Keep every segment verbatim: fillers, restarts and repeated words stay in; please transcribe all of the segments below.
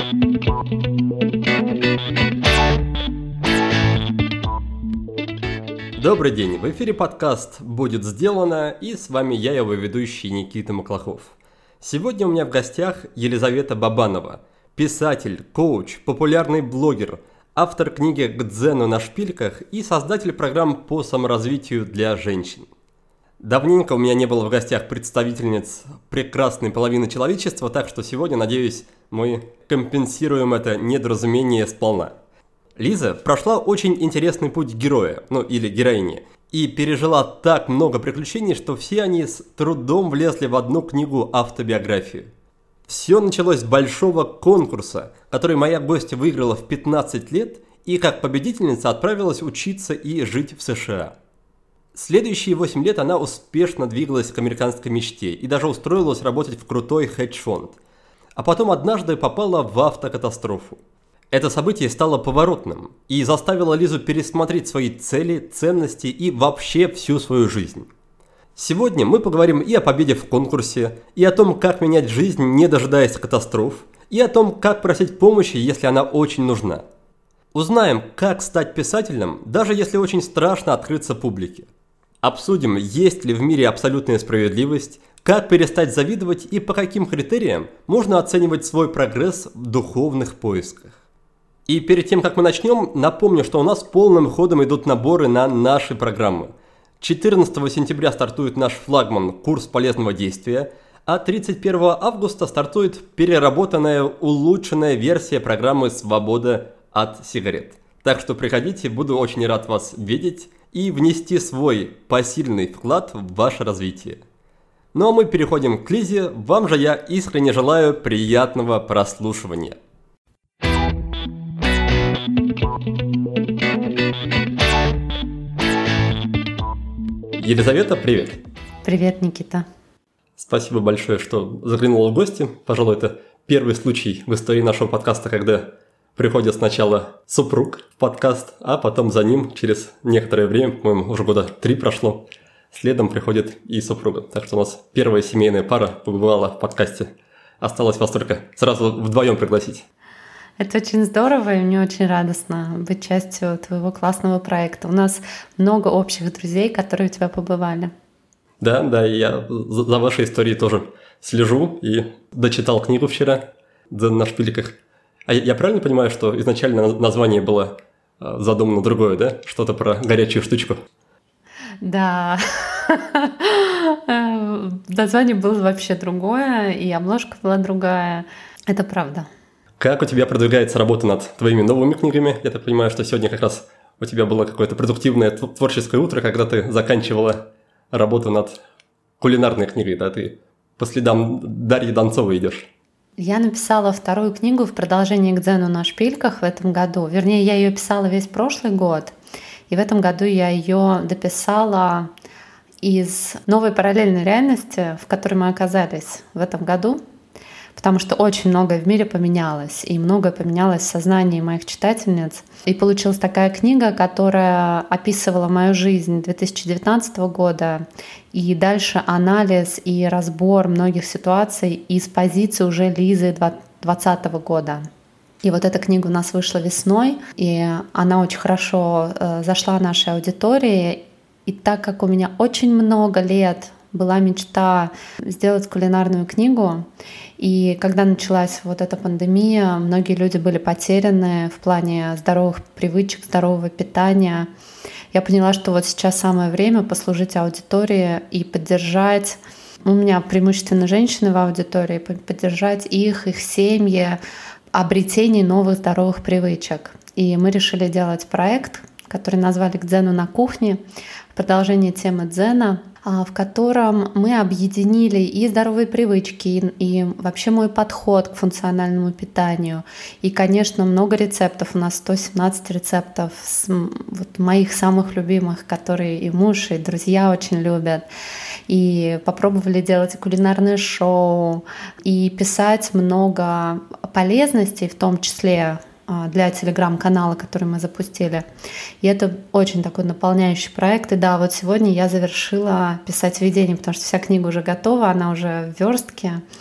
Добрый день, в эфире подкаст «Будет сделано», и с вами я, его ведущий Никита Маклахов. Сегодня у меня в гостях Елизавета Бабанова, писатель, коуч, популярный блогер, автор книги «К дзену на шпильках» и создатель программ по саморазвитию для женщин. Давненько у меня не было в гостях представительниц прекрасной половины человечества, так что сегодня, надеюсь, мы компенсируем это недоразумение сполна. Лиза прошла очень интересный путь героя, ну или героини, и пережила так много приключений, что все они с трудом влезли в одну книгу-автобиографию. Все началось с большого конкурса, который моя гостья выиграла в пятнадцать лет и как победительница отправилась учиться и жить в США. Следующие восемь лет она успешно двигалась к американской мечте и даже устроилась работать в крутой хедж-фонд. А потом однажды попала в автокатастрофу. Это событие стало поворотным и заставило Лизу пересмотреть свои цели, ценности и вообще всю свою жизнь. Сегодня мы поговорим и о победе в конкурсе, и о том, как менять жизнь, не дожидаясь катастроф, и о том, как просить помощи, если она очень нужна. Узнаем, как стать писателем, даже если очень страшно открыться публике. Обсудим, есть ли в мире абсолютная справедливость, как перестать завидовать и по каким критериям можно оценивать свой прогресс в духовных поисках. И перед тем, как мы начнем, напомню, что у нас полным ходом идут наборы на наши программы. четырнадцатого сентября стартует наш флагман «Курс полезного действия», а тридцать первого августа стартует переработанная, улучшенная версия программы «Свобода от сигарет». Так что приходите, буду очень рад вас видеть и внести свой посильный вклад в ваше развитие. Ну а мы переходим к Лизе, вам же я искренне желаю приятного прослушивания. Елизавета, привет. Привет, Никита. Спасибо большое, что заглянула в гости. Пожалуй, это первый случай в истории нашего подкаста, когда приходит сначала супруг в подкаст, а потом за ним через некоторое время, по-моему, уже года три прошло, следом приходит и супруга. Так что у нас первая семейная пара побывала в подкасте. Осталось вас только сразу вдвоем пригласить. Это очень здорово, и мне очень радостно быть частью твоего классного проекта. У нас много общих друзей, которые у тебя побывали. Да, да, я за вашей историей тоже слежу и дочитал книгу вчера «Дзен на шпильках». А я правильно понимаю, что изначально название было задумано другое, да? Что-то про горячую штучку? Да, название было вообще другое, и обложка была другая. Это правда. Как у тебя продвигается работа над твоими новыми книгами? Я так понимаю, что сегодня как раз у тебя было какое-то продуктивное творческое утро, когда ты заканчивала работу над кулинарной книгой, да? Ты по следам Дарьи Донцовой идешь. Я написала вторую книгу в продолжении «К дзену на шпильках» в этом году. Вернее, я ее писала весь прошлый год, и в этом году я ее дописала из новой параллельной реальности, в которой мы оказались в этом году. Потому что очень многое в мире поменялось, и многое поменялось в сознании моих читательниц. И получилась такая книга, которая описывала мою жизнь две тысячи девятнадцатого года, и дальше анализ и разбор многих ситуаций из позиции уже Лизы двадцатого года. И вот эта книга у нас вышла весной, и она очень хорошо э, зашла нашей аудитории. И так как у меня очень много лет была мечта сделать кулинарную книгу, и когда началась вот эта пандемия, многие люди были потеряны в плане здоровых привычек, здорового питания. Я поняла, что вот сейчас самое время послужить аудитории и поддержать, у меня преимущественно женщины в аудитории, поддержать их, их семьи, обретение новых здоровых привычек. И мы решили делать проект, который назвали «К дзену на кухне», продолжение темы дзена, в котором мы объединили и здоровые привычки, и, и вообще мой подход к функциональному питанию. И, конечно, много рецептов. У нас сто семнадцать рецептов с, вот, моих самых любимых, которые и муж, и друзья очень любят. И попробовали делать кулинарное шоу, и писать много полезностей, в том числе для телеграм-канала, который мы запустили. И это очень такой наполняющий проект. И да, вот сегодня я завершила писать введение, потому что вся книга уже готова, она уже в верстке.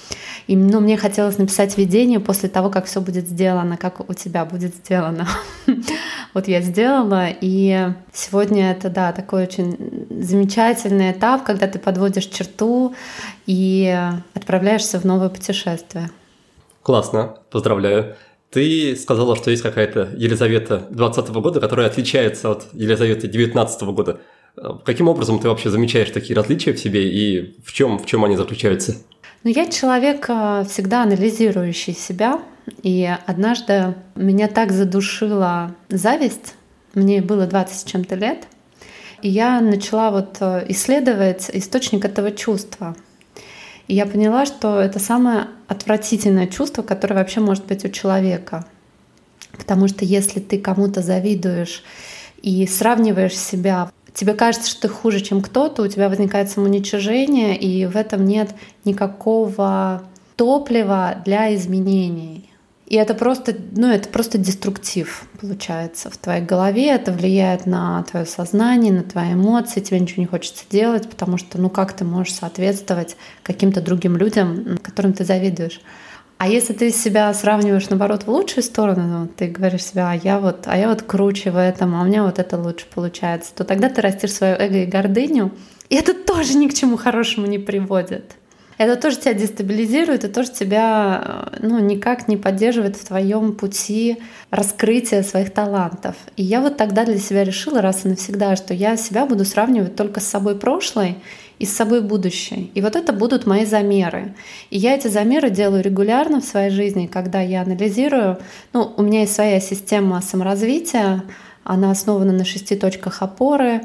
И ну, мне хотелось написать видение после того, как все будет сделано, как у тебя будет сделано. Вот я сделала, и сегодня это, да, такой очень замечательный этап, когда ты подводишь черту и отправляешься в новое путешествие. Классно, поздравляю. Ты сказала, что есть какая-то Елизавета двадцатого года, которая отличается от Елизаветы девятнадцатого года. Каким образом ты вообще замечаешь такие различия в себе и в чем, в чем они заключаются? Ну, я человек, всегда анализирующий себя, и однажды меня так задушила зависть, мне было двадцать с чем-то лет, и я начала вот исследовать источник этого чувства. И я поняла, что это самое отвратительное чувство, которое вообще может быть у человека. Потому что если ты кому-то завидуешь и сравниваешь себя, тебе кажется, что ты хуже, чем кто-то, у тебя возникает самоуничижение, и в этом нет никакого топлива для изменений. И это просто, ну, это просто деструктив получается в твоей голове, это влияет на твое сознание, на твои эмоции, тебе ничего не хочется делать, потому что, ну, как ты можешь соответствовать каким-то другим людям, которым ты завидуешь. А если ты себя сравниваешь, наоборот, в лучшую сторону, ну, ты говоришь себе, а я, вот, а я вот круче в этом, а у меня вот это лучше получается, то тогда ты растишь свое эго и гордыню, и это тоже ни к чему хорошему не приводит. Это тоже тебя дестабилизирует, и тоже тебя, ну, никак не поддерживает в твоем пути раскрытия своих талантов. И я вот тогда для себя решила раз и навсегда, что я себя буду сравнивать только с собой прошлой и с собой будущей. И вот это будут мои замеры. И я эти замеры делаю регулярно в своей жизни, когда я анализирую. Ну, у меня есть своя система саморазвития, она основана на шести точках опоры.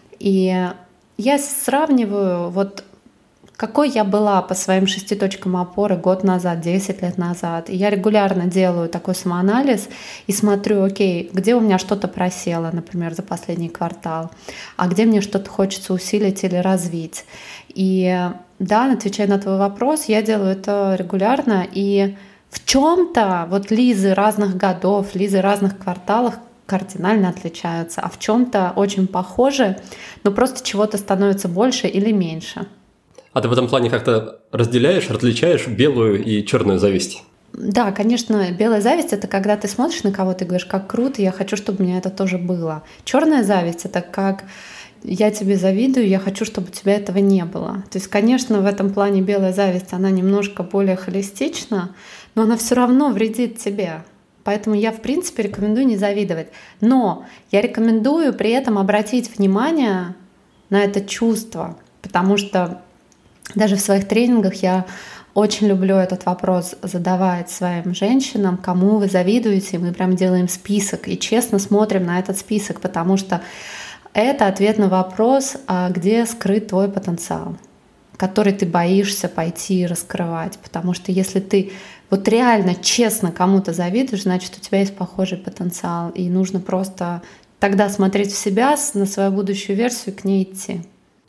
И я сравниваю вот какой я была по своим шести точкам опоры год назад, десять лет назад. И я регулярно делаю такой самоанализ и смотрю, окей, где у меня что-то просело, например, за последний квартал, а где мне что-то хочется усилить или развить. И да, отвечая на твой вопрос, я делаю это регулярно. И в чем-то вот Лизы разных годов, Лизы разных кварталов кардинально отличаются, а в чем-то очень похожи, но просто чего-то становится больше или меньше. А ты в этом плане как-то разделяешь, различаешь белую и черную зависть? Да, конечно, белая зависть — это когда ты смотришь на кого-то и говоришь, как круто, я хочу, чтобы у меня это тоже было. Черная зависть — это как я тебе завидую, я хочу, чтобы у тебя этого не было. То есть, конечно, в этом плане белая зависть, она немножко более холистична, но она все равно вредит тебе. Поэтому я, в принципе, рекомендую не завидовать. Но я рекомендую при этом обратить внимание на это чувство, потому что даже в своих тренингах я очень люблю этот вопрос задавать своим женщинам, кому вы завидуете. Мы прям делаем список и честно смотрим на этот список, потому что это ответ на вопрос, а где скрыт твой потенциал, который ты боишься пойти и раскрывать. Потому что если ты вот реально честно кому-то завидуешь, значит, у тебя есть похожий потенциал. И нужно просто тогда смотреть в себя, на свою будущую версию, и к ней идти.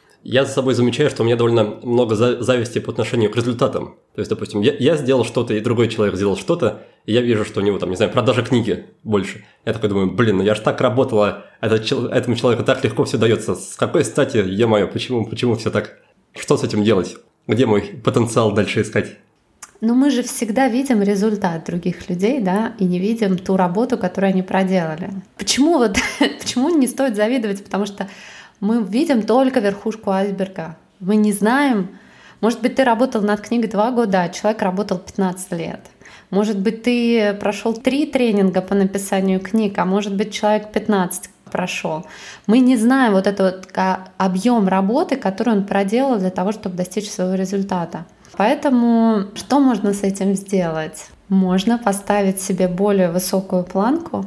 Я за собой замечаю, что у меня довольно много зависти по отношению к результатам. То есть, допустим, я, я сделал что-то, и другой человек сделал что-то, и я вижу, что у него, там, не знаю, продажа книги больше. Я такой думаю, блин, ну я же так работала, этот, этому человеку так легко все дается. С какой стати, е-мое, почему, почему все так? Что с этим делать? Где мой потенциал дальше искать? Но мы же всегда видим результат других людей, да, и не видим ту работу, которую они проделали. Почему вот, почему не стоит завидовать? Потому что мы видим только верхушку айсберга. Мы не знаем, может быть, ты работал над книгой два года, а человек работал пятнадцать лет. Может быть, ты прошел три тренинга по написанию книг, а может быть, человек пятнадцать прошел. Мы не знаем вот этот вот объем работы, который он проделал для того, чтобы достичь своего результата. Поэтому что можно с этим сделать? Можно поставить себе более высокую планку,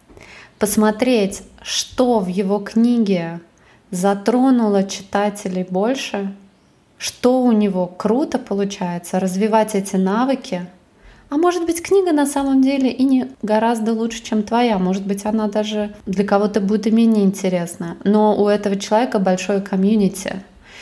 посмотреть, что в его книге затронуло читателей больше, что у него круто получается, развивать эти навыки. А может быть, книга на самом деле и не гораздо лучше, чем твоя. Может быть, она даже для кого-то будет и менее интересна. Но у этого человека большое комьюнити.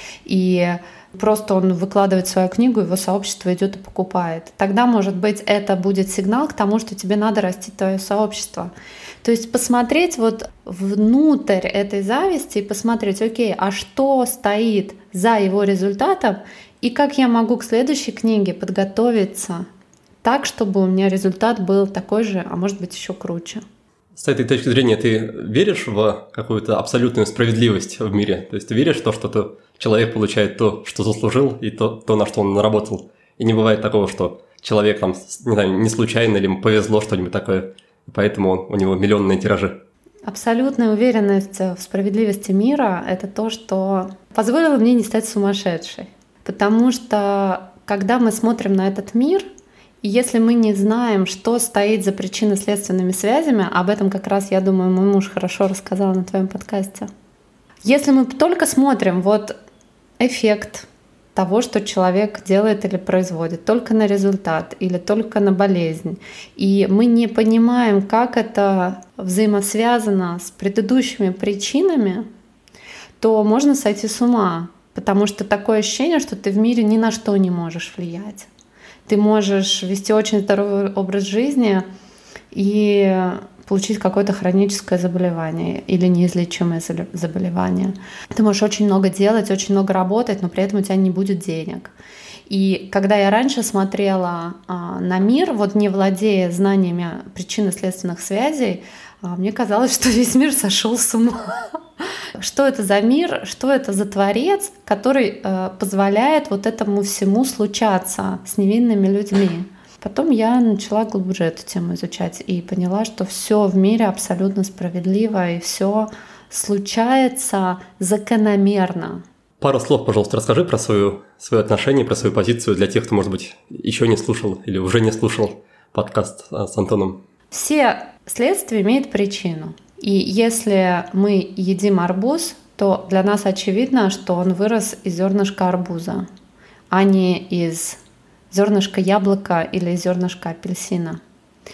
И просто он выкладывает свою книгу, его сообщество идет и покупает. Тогда, может быть, это будет сигнал к тому, что тебе надо расти твое сообщество. То есть посмотреть вот внутрь этой зависти и посмотреть, окей, а что стоит за его результатом, И как я могу к следующей книге подготовиться так, чтобы у меня результат был такой же, а может быть еще круче. С этой точки зрения ты веришь в какую-то абсолютную справедливость в мире? То есть ты веришь в то, что ты, человек получает то, что заслужил, и то, то, на что он наработал? И не бывает такого, что человек там, не знаю, не случайно или ему повезло что-нибудь такое, и поэтому он, у него миллионные тиражи. Абсолютная уверенность в справедливости мира — это то, что позволило мне не стать сумасшедшей. Потому что когда мы смотрим на этот мир, и если мы не знаем, что стоит за причинно-следственными связями, об этом как раз, я думаю, мой муж хорошо рассказал на твоем подкасте. Если мы только смотрим вот эффект того, что человек делает или производит, только на результат или только на болезнь, и мы не понимаем, как это взаимосвязано с предыдущими причинами, то можно сойти с ума, потому что такое ощущение, что ты в мире ни на что не можешь влиять. Ты можешь вести очень здоровый образ жизни и получить какое-то хроническое заболевание или неизлечимое заболевание. Ты можешь очень много делать, очень много работать, но при этом у тебя не будет денег. И когда я раньше смотрела а, на мир, вот не владея знаниями причинно-следственных связей, а, мне казалось, что весь мир сошел с ума. Что это за мир, что это за творец, который э, позволяет вот этому всему случаться с невинными людьми. Потом я начала глубже эту тему изучать и поняла, что все в мире абсолютно справедливо и все случается закономерно. Пару слов, пожалуйста, расскажи про свою, свое отношение, про свою позицию для тех, кто, может быть, еще не слушал или уже не слушал подкаст с Антоном. Все следствия имеют причину. И если мы едим арбуз, то для нас очевидно, что он вырос из зернышка арбуза, а не из зернышка яблока или зернышка апельсина.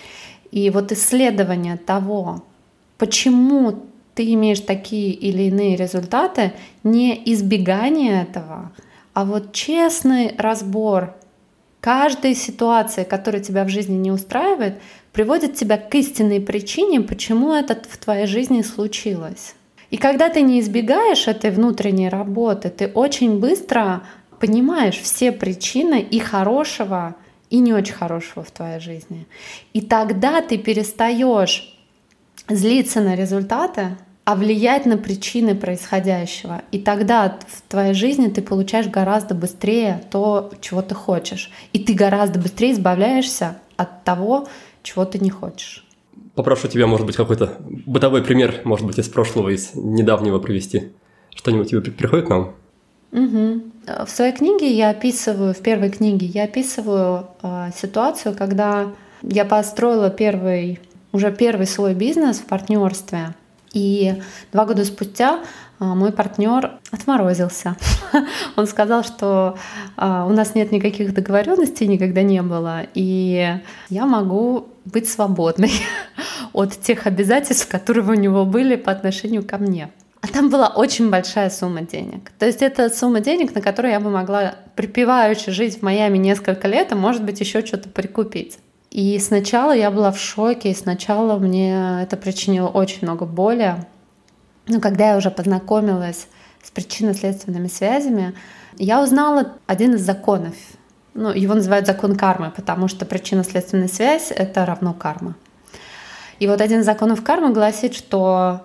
И вот исследование того, почему ты имеешь такие или иные результаты, не избегание этого, а вот честный разбор каждой ситуации, которая тебя в жизни не устраивает, приводит тебя к истинной причине, почему это в твоей жизни случилось. И когда ты не избегаешь этой внутренней работы, ты очень быстро понимаешь все причины и хорошего, и не очень хорошего в твоей жизни. И тогда ты перестаешь злиться на результаты, а влиять на причины происходящего. И тогда в твоей жизни ты получаешь гораздо быстрее то, чего ты хочешь. И ты гораздо быстрее избавляешься от того, чего ты не хочешь. Попрошу тебя, может быть, какой-то бытовой пример, может быть, из прошлого, из недавнего привести. Что-нибудь тебе приходит на ум? Угу. В своей книге я описываю, в первой книге я описываю э, ситуацию, когда я построила первый, уже первый свой бизнес в партнерстве. И два года спустя мой партнер отморозился. Он сказал, что у нас нет никаких договоренностей, никогда не было, и я могу быть свободной от тех обязательств, которые у него были по отношению ко мне. А там была очень большая сумма денег. То есть это сумма денег, на которую я бы могла припеваючи жить в Майами несколько лет, а может быть еще что-то прикупить. И сначала я была в шоке, и сначала мне это причинило очень много боли. Но когда я уже познакомилась с причинно-следственными связями, я узнала один из законов. Ну, его называют закон кармы, потому что причинно-следственная связь — это равно карма. И вот один из законов кармы гласит, что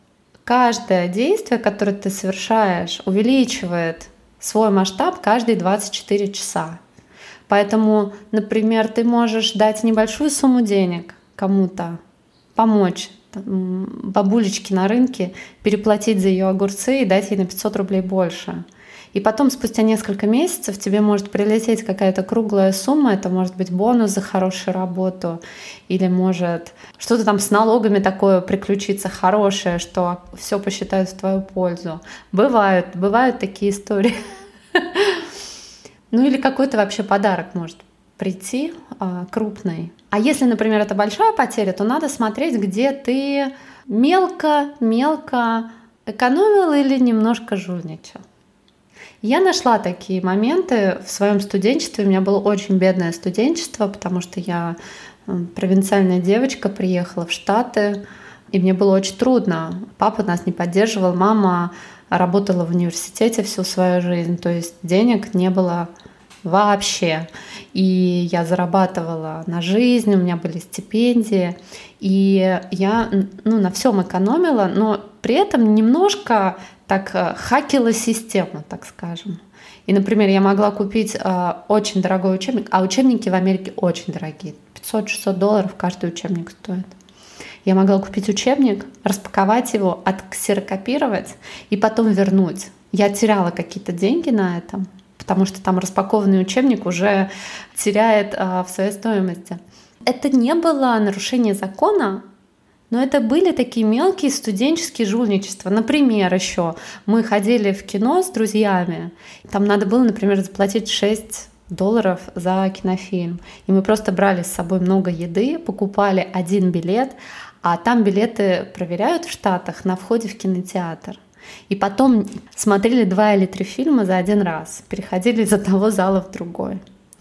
каждое действие, которое ты совершаешь, увеличивает свой масштаб каждые двадцать четыре часа. Поэтому, например, ты можешь дать небольшую сумму денег кому-то, помочь бабулечке на рынке, переплатить за ее огурцы и дать ей на пятьсот рублей больше. И потом, спустя несколько месяцев, тебе может прилететь какая-то круглая сумма, это может быть бонус за хорошую работу, или может что-то там с налогами такое приключиться хорошее, что все посчитают в твою пользу. Бывают, бывают такие истории. Ну или какой-то вообще подарок может прийти а, крупный. А если, например, это большая потеря, то надо смотреть, где ты мелко-мелко экономил или немножко жульничал. Я нашла такие моменты в своем студенчестве. У меня было очень бедное студенчество, потому что я провинциальная девочка, приехала в Штаты, и мне было очень трудно. Папа нас не поддерживал, мама работала в университете всю свою жизнь, то есть денег не было вообще. И я зарабатывала на жизнь, у меня были стипендии, и я ну, на всем экономила, но при этом немножко так хакила систему, так скажем. И, например, я могла купить э, очень дорогой учебник, а учебники в Америке очень дорогие, пятьсот-шестьсот долларов каждый учебник стоит. Я могла купить учебник, распаковать его, отксерокопировать и потом вернуть. Я теряла какие-то деньги на этом, потому что там распакованный учебник уже теряет а, в своей стоимости. Это не было нарушение закона, но это были такие мелкие студенческие жульничества. Например, еще мы ходили в кино с друзьями, там надо было, например, заплатить шесть долларов за кинофильм. И мы просто брали с собой много еды, покупали один билет, а там билеты проверяют в Штатах на входе в кинотеатр. И потом смотрели два или три фильма за один раз, переходили из одного зала в другой.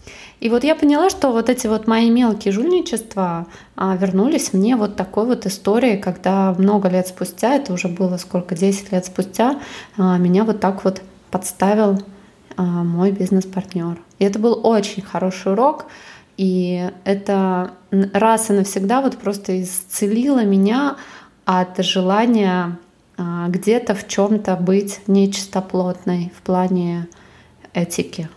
И вот я поняла, что вот эти вот мои мелкие жульничества а, вернулись мне вот такой вот историей, когда много лет спустя, это уже было сколько, десять лет спустя, а, меня вот так вот подставил а, мой бизнес-партнер. И это был очень хороший урок, и это раз и навсегда вот просто исцелило меня от желания а, где-то в чем-то быть нечистоплотной в плане этики.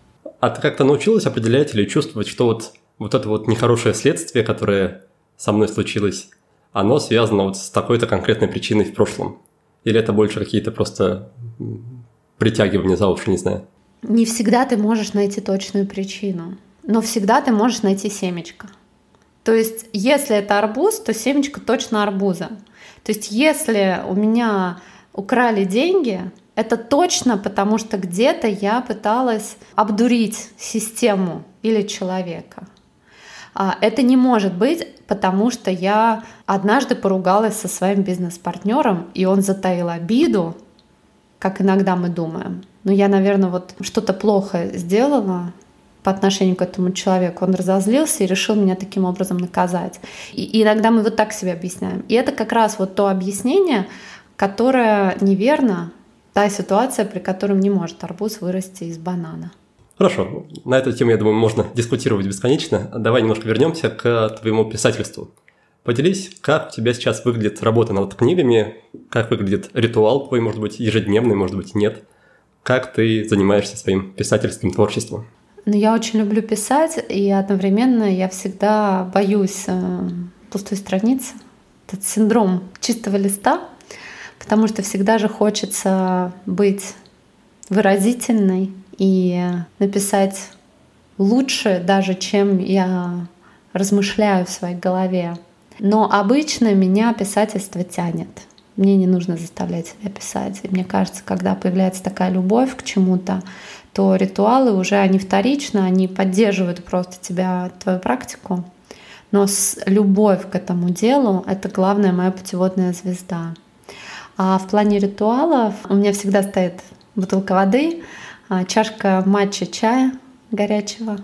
А ты как-то научилась определять или чувствовать, что вот, вот это вот нехорошее следствие, которое со мной случилось, оно связано вот с такой-то конкретной причиной в прошлом? Или это больше какие-то просто притягивания за уши, не знаю? Не всегда ты можешь найти точную причину, но всегда ты можешь найти семечко. То есть, если это арбуз, то семечко точно арбуза. То есть, если у меня украли деньги, это точно потому, что где-то я пыталась обдурить систему или человека. Это не может быть, потому что я однажды поругалась со своим бизнес-партнером, и он затаил обиду, как иногда мы думаем. Но я, наверное, вот что-то плохо сделала по отношению к этому человеку. Он разозлился и решил меня таким образом наказать. И, и иногда мы вот так себе объясняем. И это как раз вот то объяснение, которое неверно, та ситуация, при которой не может арбуз вырасти из банана. Хорошо, на эту тему, я думаю, можно дискутировать бесконечно. Давай немножко вернемся к твоему писательству. Поделись, как у тебя сейчас выглядит работа над книгами, как выглядит ритуал твой, может быть, ежедневный, может быть, нет. Как ты занимаешься своим писательским творчеством? Ну, я очень люблю писать, и одновременно я всегда боюсь э, пустой страницы. Этот синдром чистого листа, потому что всегда же хочется быть выразительной и написать лучше даже, чем я размышляю в своей голове. Но обычно меня писательство тянет. Мне не нужно заставлять себя писать. И мне кажется, когда появляется такая любовь к чему-то, то ритуалы уже они вторичны, они поддерживают просто тебя, твою практику. Но с любовь к этому делу — это главная моя путеводная звезда. А в плане ритуалов у меня всегда стоит бутылка воды, чашка матча чая горячего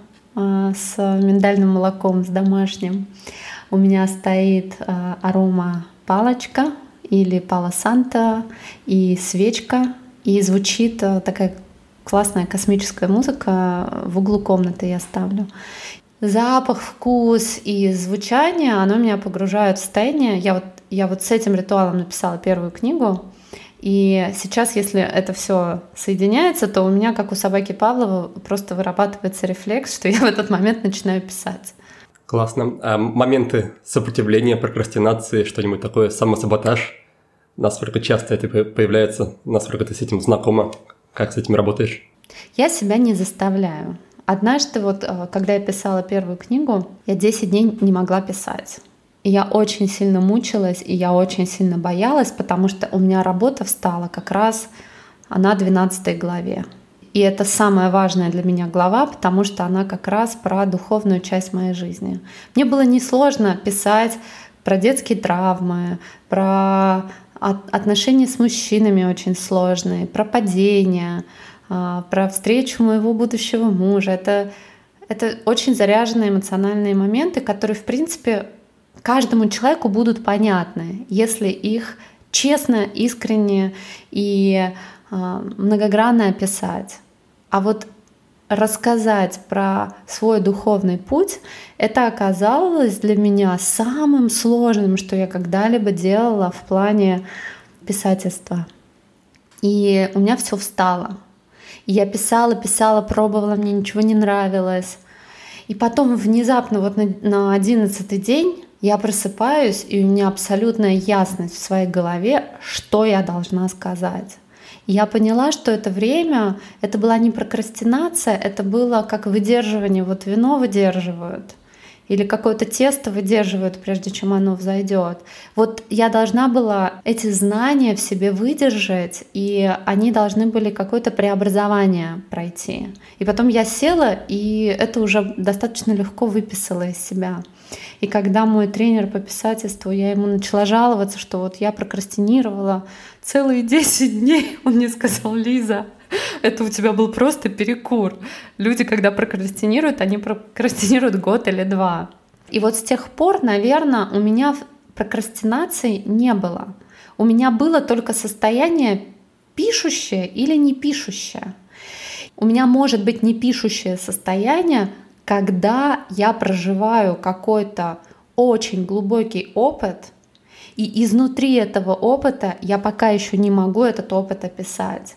с миндальным молоком, с домашним. У меня стоит арома палочка или пало санта и свечка, и звучит такая классная космическая музыка в углу комнаты я ставлю. Запах, вкус и звучание, оно меня погружает в состояние. Я вот, я вот с этим ритуалом написала первую книгу, и сейчас, если это все соединяется, то у меня, как у собаки Павлова, просто вырабатывается рефлекс, что я в этот момент начинаю писать. Классно. А моменты сопротивления, прокрастинации, что-нибудь такое, самосаботаж, насколько часто это появляется, насколько ты с этим знакома, как с этим работаешь? Я себя не заставляю. Однажды, вот, когда я писала первую книгу, я десять дней не могла писать. И я очень сильно мучилась, и я очень сильно боялась, потому что у меня работа встала как раз на двенадцатой главе. И это самая важная для меня глава, потому что она как раз про духовную часть моей жизни. Мне было несложно писать про детские травмы, про отношения с мужчинами очень сложные, про падения, про встречу моего будущего мужа. Это, это очень заряженные эмоциональные моменты, которые, в принципе, каждому человеку будут понятны, если их честно, искренне и э, многогранно описать. А вот рассказать про свой духовный путь, это оказалось для меня самым сложным, что я когда-либо делала в плане писательства. И у меня все встало. И я писала, писала, пробовала, мне ничего не нравилось. И потом внезапно вот на одиннадцатый день я просыпаюсь, и у меня абсолютная ясность в своей голове, что я должна сказать. Я поняла, что это время, это была не прокрастинация, это было как выдерживание, вот вино выдерживают, или какое-то тесто выдерживают, прежде чем оно взойдет. Вот я должна была эти знания в себе выдержать, и они должны были какое-то преобразование пройти. И потом я села, и это уже достаточно легко выписала из себя. И когда мой тренер по писательству, я ему начала жаловаться, что вот я прокрастинировала целые десять дней, он мне сказал: Лиза, это у тебя был просто перекур. Люди, когда прокрастинируют, они прокрастинируют год или два. И вот с тех пор, наверное, у меня прокрастинации не было. У меня было только состояние пишущее или не пишущее. У меня может быть не пишущее состояние, когда я проживаю какой-то очень глубокий опыт, и изнутри этого опыта я пока еще не могу этот опыт описать.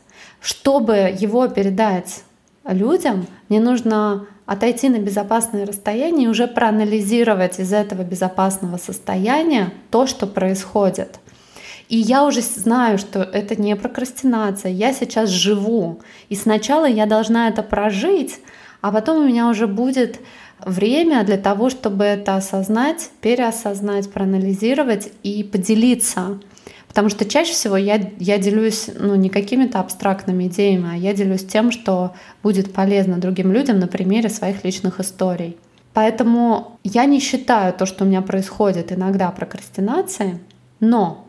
Чтобы его передать людям, мне нужно отойти на безопасное расстояние и уже проанализировать из этого безопасного состояния то, что происходит. И я уже знаю, что это не прокрастинация, я сейчас живу. И сначала я должна это прожить, а потом у меня уже будет время для того, чтобы это осознать, переосознать, проанализировать и поделиться. Потому что чаще всего я, я делюсь ну, не какими-то абстрактными идеями, а я делюсь тем, что будет полезно другим людям на примере своих личных историй. Поэтому я не считаю то, что у меня происходит иногда прокрастинацией, но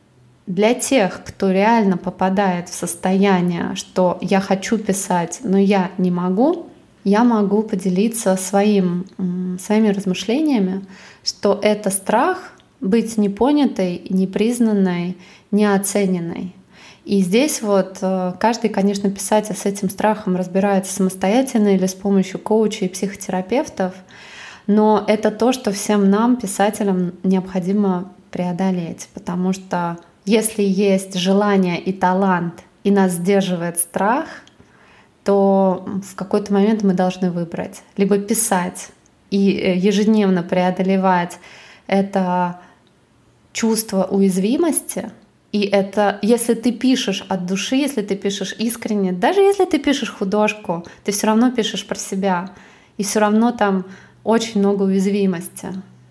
для тех, кто реально попадает в состояние, что я хочу писать, но я не могу, я могу поделиться своим, своими размышлениями, что это страх быть непонятой, непризнанной, неоцененной. И здесь вот каждый, конечно, писатель с этим страхом разбирается самостоятельно или с помощью коучей и психотерапевтов, но это то, что всем нам, писателям, необходимо преодолеть, потому что если есть желание и талант, и нас сдерживает страх, то в какой-то момент мы должны выбрать. Либо писать и ежедневно преодолевать это чувство уязвимости. И это, если ты пишешь от души, если ты пишешь искренне, даже если ты пишешь художку, ты все равно пишешь про себя, и все равно там очень много уязвимости,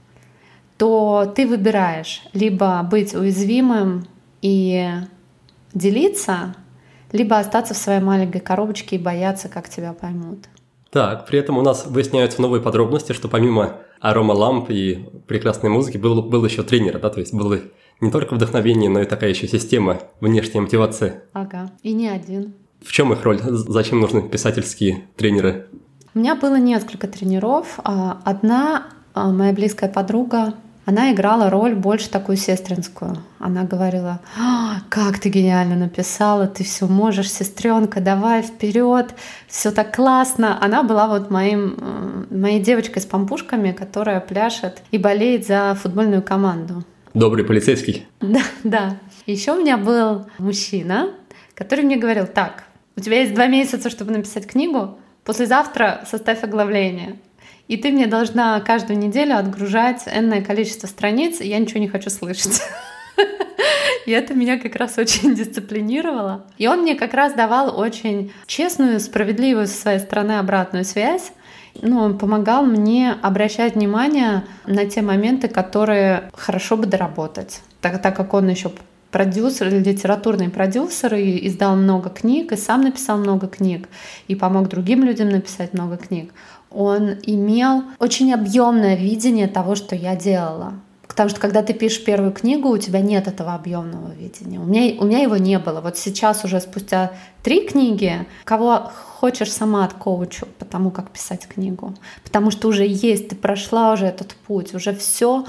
то ты выбираешь либо быть уязвимым и делиться, либо остаться в своей маленькой коробочке и бояться, как тебя поймут. Так, при этом у нас выясняются новые подробности, что помимо аромаламп и прекрасной музыки был, был еще тренер, да, то есть было не только вдохновение, но и такая еще система внешней мотивации. Ага, и не один. В чем их роль? Зачем нужны писательские тренеры? У меня было несколько тренеров. Одна моя близкая подруга, она играла роль больше такую сестринскую. Она говорила: а, как ты гениально написала, ты все можешь, сестренка, давай вперед, все так классно. Она была вот моим, моей девочкой с помпушками, которая пляшет и болеет за футбольную команду. Добрый полицейский. Да, да. Еще у меня был мужчина, который мне говорил: так, у тебя есть два месяца, чтобы написать книгу, послезавтра составь оглавление. И ты мне должна каждую неделю отгружать энное количество страниц, и я ничего не хочу слышать. И это меня как раз очень дисциплинировало. И он мне как раз давал очень честную, справедливую со своей стороны обратную связь. Ну, он помогал мне обращать внимание на те моменты, которые хорошо бы доработать. Так, так как он еще продюсер, литературный продюсер, и издал много книг, и сам написал много книг, и помог другим людям написать много книг, он имел очень объемное видение того, что я делала. Потому что когда ты пишешь первую книгу, у тебя нет этого объемного видения. У меня, у меня его не было. Вот сейчас уже спустя три книги, кого хочешь, сама откоучу по тому, как писать книгу. Потому что уже есть, ты прошла уже этот путь, уже все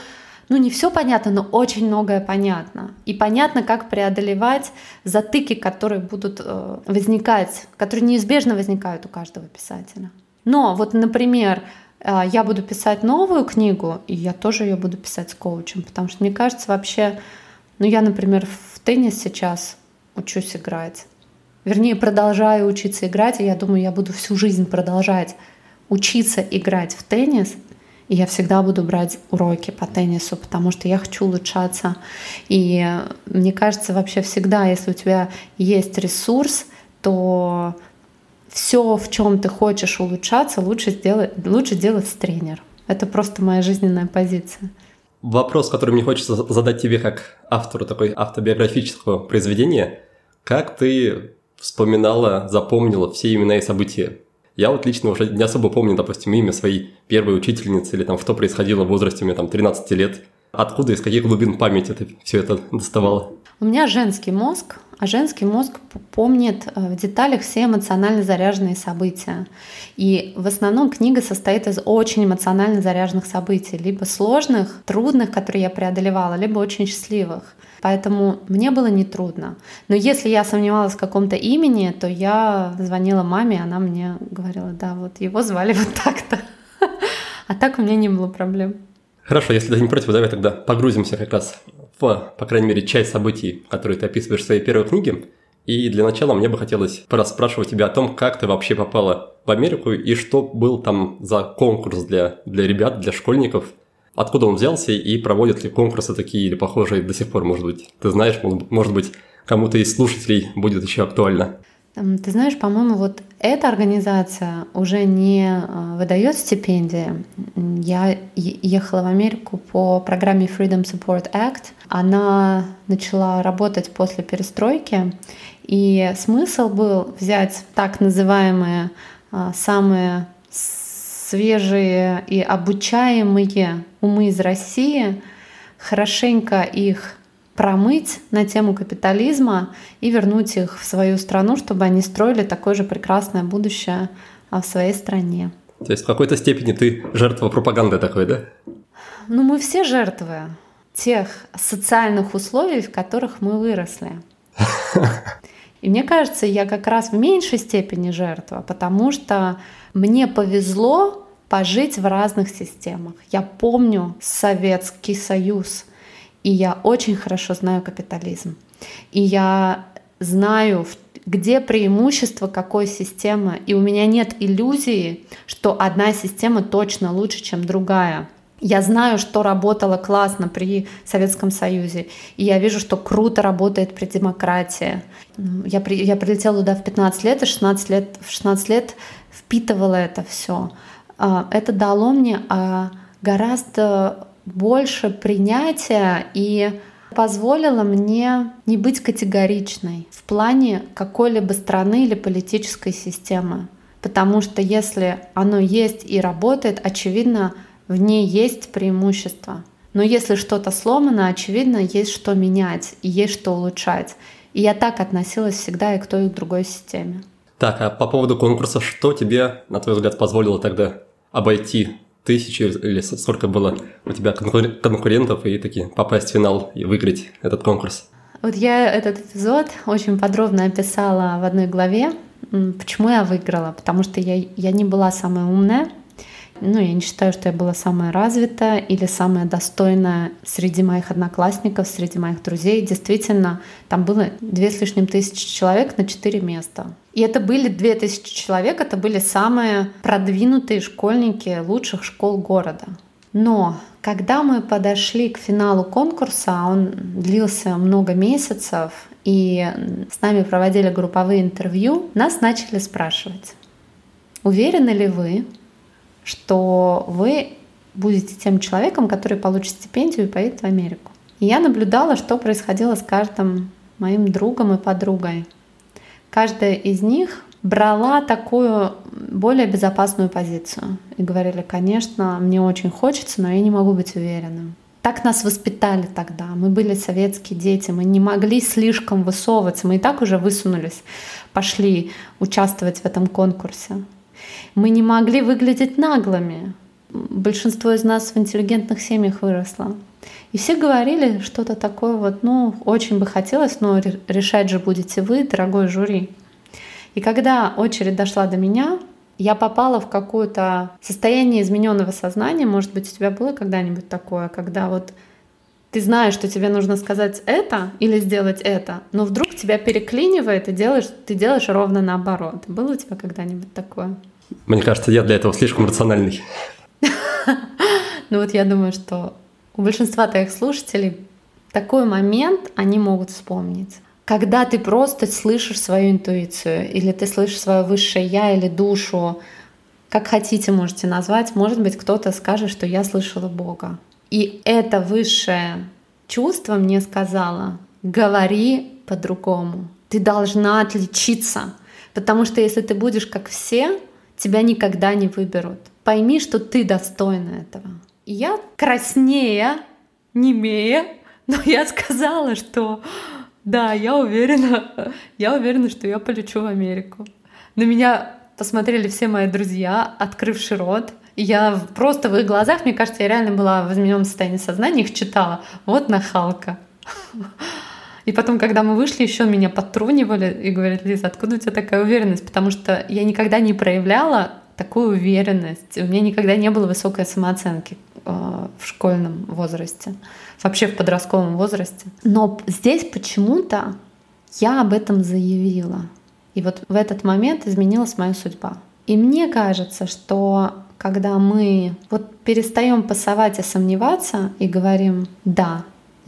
ну не все понятно, но очень многое понятно. И понятно, как преодолевать затыки, которые будут э, возникать, которые неизбежно возникают у каждого писателя. Но вот, например, э, я буду писать новую книгу, и я тоже ее буду писать с коучем, потому что мне кажется вообще, ну я, например, в теннис сейчас учусь играть. Вернее, продолжаю учиться играть, и я думаю, я буду всю жизнь продолжать учиться играть в теннис, и я всегда буду брать уроки по теннису, потому что я хочу улучшаться. И мне кажется, вообще всегда, если у тебя есть ресурс, то все, в чем ты хочешь улучшаться, лучше, сделать, лучше делать с тренером. Это просто моя жизненная позиция. Вопрос, который мне хочется задать тебе как автору такой автобиографического произведения. Как ты вспоминала, запомнила все имена и события? Я вот лично уже не особо помню, допустим, имя своей первой учительницы или там, что происходило в возрасте у меня там тринадцати лет. Откуда, из каких глубин памяти ты все это доставала? У меня женский мозг, а женский мозг помнит в деталях все эмоционально заряженные события. И в основном книга состоит из очень эмоционально заряженных событий, либо сложных, трудных, которые я преодолевала, либо очень счастливых. Поэтому мне было нетрудно. Но если я сомневалась в каком-то имени, то я звонила маме, она мне говорила, да, вот его звали вот так-то. А так у меня не было проблем. Хорошо, если ты не против, давай тогда погрузимся как раз в, по крайней мере, часть событий, которые ты описываешь в своей первой книге. И для начала мне бы хотелось порасспрашивать тебя о том, как ты вообще попала в Америку и что был там за конкурс для, для ребят, для школьников. Откуда он взялся и проводят ли конкурсы такие или похожие до сих пор, может быть? Ты знаешь, может быть, кому-то из слушателей будет еще актуально. Ты знаешь, по-моему, вот эта организация уже не выдает стипендии. Я ехала в Америку по программе Freedom Support Act. Она начала работать после перестройки, и смысл был взять так называемые самые свежие и обучаемые умы из России, хорошенько их промыть на тему капитализма и вернуть их в свою страну, чтобы они строили такое же прекрасное будущее в своей стране. То есть в какой-то степени ты жертва пропаганды такой, да? Ну, мы все жертвы тех социальных условий, в которых мы выросли. И мне кажется, я как раз в меньшей степени жертва, потому что мне повезло пожить в разных системах. Я помню Советский Союз, и я очень хорошо знаю капитализм. И я знаю, где преимущество какой системы. И у меня нет иллюзии, что одна система точно лучше, чем другая. Я знаю, что работало классно при Советском Союзе, и я вижу, что круто работает при демократии. Я, при, я прилетела туда в пятнадцать лет, и шестнадцать лет, в шестнадцать лет впитывала это все. Это дало мне гораздо больше принятия и позволило мне не быть категоричной в плане какой-либо страны или политической системы. Потому что если оно есть и работает, очевидно, в ней есть преимущество. Но если что-то сломано, очевидно, есть что менять и есть что улучшать. И я так относилась всегда и к той, и к другой системе. Так, а по поводу конкурса, что тебе, на твой взгляд, позволило тогда обойти тысячи или сколько было у тебя конкурентов и таки попасть в финал и выиграть этот конкурс? Вот я этот эпизод очень подробно описала в одной главе. Почему я выиграла? Потому что я, я не была самая умная. Ну, я не считаю, что я была самая развитая или самая достойная среди моих одноклассников, среди моих друзей. Действительно, там было две с лишним тысячи человек на четыре места. И это были две тысячи человек, это были самые продвинутые школьники лучших школ города. Но когда мы подошли к финалу конкурса, он длился много месяцев, и с нами проводили групповые интервью, нас начали спрашивать: уверены ли вы, что вы будете тем человеком, который получит стипендию и поедет в Америку? И я наблюдала, что происходило с каждым моим другом и подругой. Каждая из них брала такую более безопасную позицию. И говорили: конечно, мне очень хочется, но я не могу быть уверенным. Так нас воспитали тогда. Мы были советские дети, мы не могли слишком высовываться. Мы и так уже высунулись, пошли участвовать в этом конкурсе. Мы не могли выглядеть наглыми. большинство из нас в интеллигентных семьях выросло. И все говорили что-то такое вот, ну, очень бы хотелось, но решать же будете вы, дорогой жюри. И когда очередь дошла до меня, я попала в какое-то состояние измененного сознания. Может быть, у тебя было когда-нибудь такое, когда вот ты знаешь, что тебе нужно сказать это или сделать это, но вдруг тебя переклинивает и делаешь, ты делаешь ровно наоборот. Было у тебя когда-нибудь такое? Мне кажется, я для этого слишком рациональный. Ну вот я думаю, что у большинства твоих слушателей такой момент они могут вспомнить. Когда ты просто слышишь свою интуицию, или ты слышишь свое высшее «я» или душу, как хотите можете назвать, может быть, кто-то скажет, что я слышала Бога. И это высшее чувство мне сказала: говори по-другому, ты должна отличиться, потому что если ты будешь как все, тебя никогда не выберут. Пойми, что ты достойна этого. И я краснея, немея, но я сказала, что да, я уверена, я уверена, что я полечу в Америку. На меня посмотрели все мои друзья, открывший рот. И я просто в их глазах, мне кажется, я реально была в измененном состоянии сознания, их читала. Вот нахалка. И потом, когда мы вышли, еще меня подтрунивали и говорят: Лиза, откуда у тебя такая уверенность? Потому что я никогда не проявляла такую уверенность. У меня никогда не было высокой самооценки э, в школьном возрасте, вообще в подростковом возрасте. Но здесь почему-то я об этом заявила. И вот в этот момент изменилась моя судьба. И мне кажется, что когда мы вот перестаем пасовать и сомневаться и говорим: да,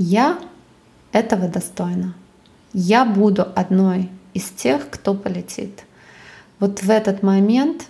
я этого достойна, я буду одной из тех, кто полетит. Вот в этот момент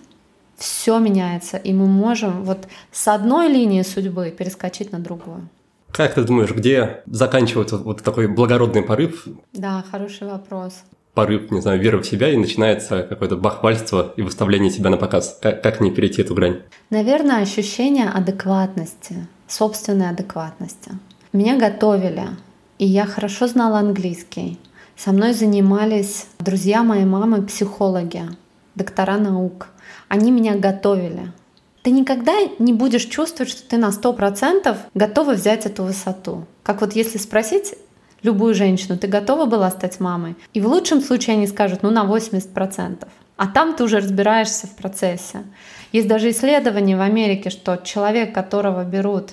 все меняется, и мы можем вот с одной линии судьбы перескочить на другую. Как ты думаешь, где заканчивается вот такой благородный порыв? Да, хороший вопрос. Порыв, не знаю, веры в себя, и начинается какое-то бахвальство и выставление себя на показ. Как, как не перейти эту грань? Наверное, ощущение адекватности, собственной адекватности. Меня готовили, и я хорошо знала английский. Со мной занимались друзья моей мамы, психологи, доктора наук. Они меня готовили. Ты никогда не будешь чувствовать, что ты на сто процентов готова взять эту высоту. Как вот если спросить любую женщину: ты готова была стать мамой? И в лучшем случае они скажут: ну на восемьдесят процентов. А там ты уже разбираешься в процессе. Есть даже исследование в Америке, что человек, которого берут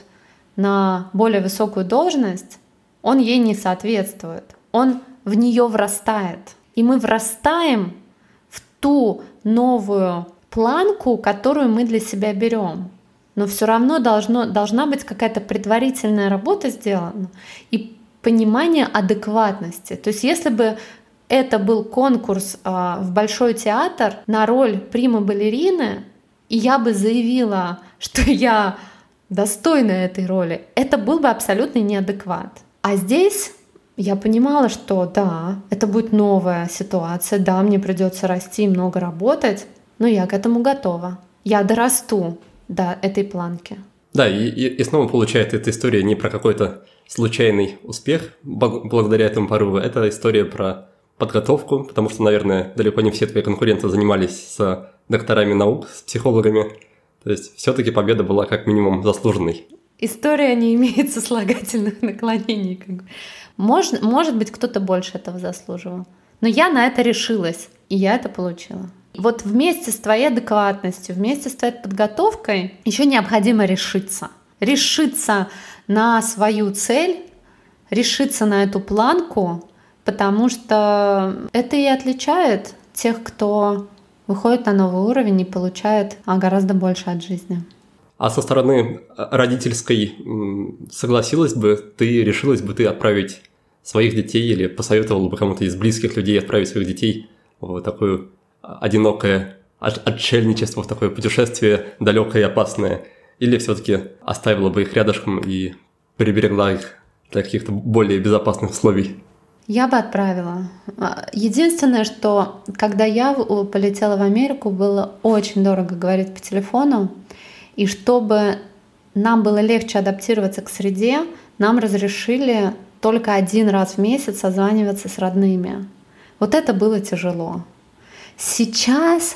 на более высокую должность, он ей не соответствует. Он в нее врастает. И мы врастаем в ту новую планку, которую мы для себя берем. Но все равно должно, должна быть какая-то предварительная работа сделана и понимание адекватности. То есть если бы это был конкурс э, в Большой театр на роль прима-балерины, и я бы заявила, что я достойна этой роли, это был бы абсолютный неадекват. А здесь я понимала, что да, это будет новая ситуация, да, мне придется расти и много работать, но я к этому готова. Я дорасту до этой планки. Да, и, и, и снова получается эта история не про какой-то случайный успех благодаря этому порыву, это история про подготовку, потому что, наверное, далеко не все твои конкуренты занимались с докторами наук, с психологами. То есть все-таки победа была как минимум заслуженной. История не имеет сослагательных наклонений. Как бы. Может, может быть, кто-то больше этого заслуживал. Но я на это решилась, и я это получила. Вот вместе с твоей адекватностью, вместе с твоей подготовкой еще необходимо решиться. Решиться на свою цель, решиться на эту планку, потому что это и отличает тех, кто выходит на новый уровень и получает гораздо больше от жизни. А со стороны родительской согласилась бы ты, решилась бы ты отправить своих детей или посоветовала бы кому-то из близких людей отправить своих детей в такое одинокое отшельничество, в такое путешествие далекое и опасное? Или все-таки оставила бы их рядышком и приберегла их для каких-то более безопасных условий? Я бы отправила. Единственное, что когда я полетела в Америку, было очень дорого говорить по телефону. И чтобы нам было легче адаптироваться к среде, нам разрешили только один раз в месяц созваниваться с родными. Вот это было тяжело. Сейчас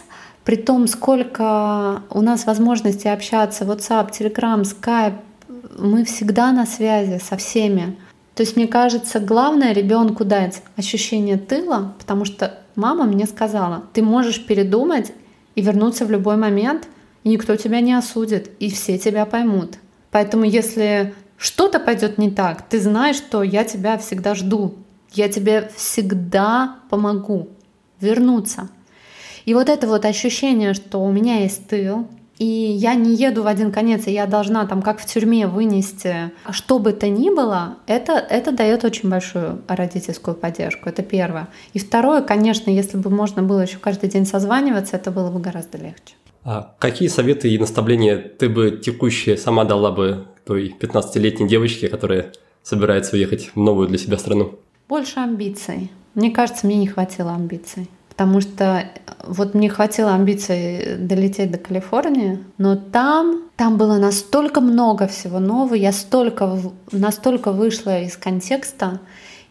При том, сколько у нас возможностей общаться, WhatsApp, Telegram, Skype, мы всегда на связи со всеми. То есть, мне кажется, главное ребенку дать ощущение тыла, потому что мама мне сказала, ты можешь передумать и вернуться в любой момент, и никто тебя не осудит, и все тебя поймут. Поэтому если что-то пойдет не так, ты знаешь, что я тебя всегда жду, я тебе всегда помогу вернуться. И вот это вот ощущение, что у меня есть тыл, и я не еду в один конец, и я должна там как в тюрьме вынести что бы то ни было, это, это дает очень большую родительскую поддержку. Это первое. И второе, конечно, если бы можно было еще каждый день созваниваться, это было бы гораздо легче. А какие советы и наставления ты бы текущие сама дала бы той пятнадцатилетней девочке, которая собирается уехать в новую для себя страну? Больше амбиций. Мне кажется, мне не хватило амбиций. Потому что вот мне хватило амбиций долететь до Калифорнии, но там, там было настолько много всего нового, я столько, настолько вышла из контекста,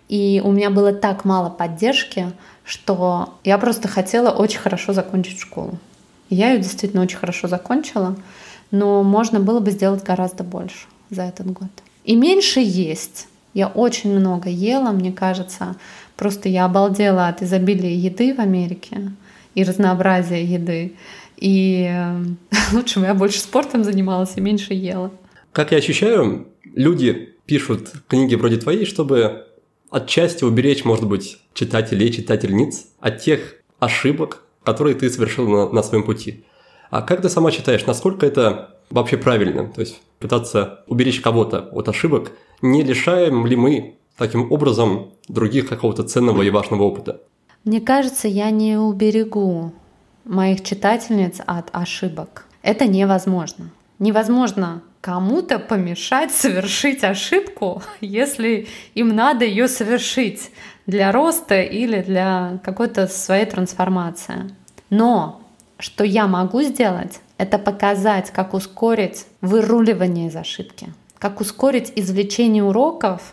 и у меня было так мало поддержки, что я просто хотела очень хорошо закончить школу. И я ее действительно очень хорошо закончила, но можно было бы сделать гораздо больше за этот год. И меньше есть. Я очень много ела, мне кажется. Просто я обалдела от изобилия еды в Америке и разнообразия еды. И лучше бы я больше спортом занималась и меньше ела. Как я ощущаю, люди пишут книги вроде твоей, чтобы отчасти уберечь, может быть, читателей и читательниц от тех ошибок, которые ты совершил на, на своем пути. А как ты сама считаешь, насколько это вообще правильно? То есть пытаться уберечь кого-то от ошибок, не лишаем ли мы таким образом других какого-то ценного и важного опыта? Мне кажется, я не уберегу моих читательниц от ошибок. Это невозможно. Невозможно кому-то помешать совершить ошибку, если им надо ее совершить для роста или для какой-то своей трансформации. Но что я могу сделать, это показать, как ускорить выруливание из ошибки, как ускорить извлечение уроков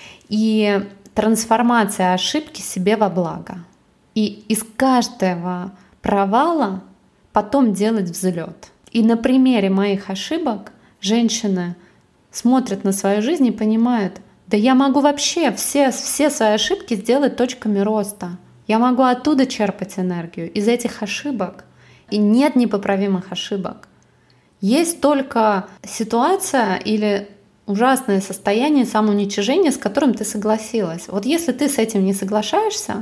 и трансформация ошибки себе во благо. И из каждого провала потом делать взлет. И на примере моих ошибок женщины смотрят на свою жизнь и понимают, да я могу вообще все, все свои ошибки сделать точками роста. Я могу оттуда черпать энергию, из этих ошибок. И нет непоправимых ошибок. Есть только ситуация или ужасное состояние самоуничижения, с которым ты согласилась. Вот если ты с этим не соглашаешься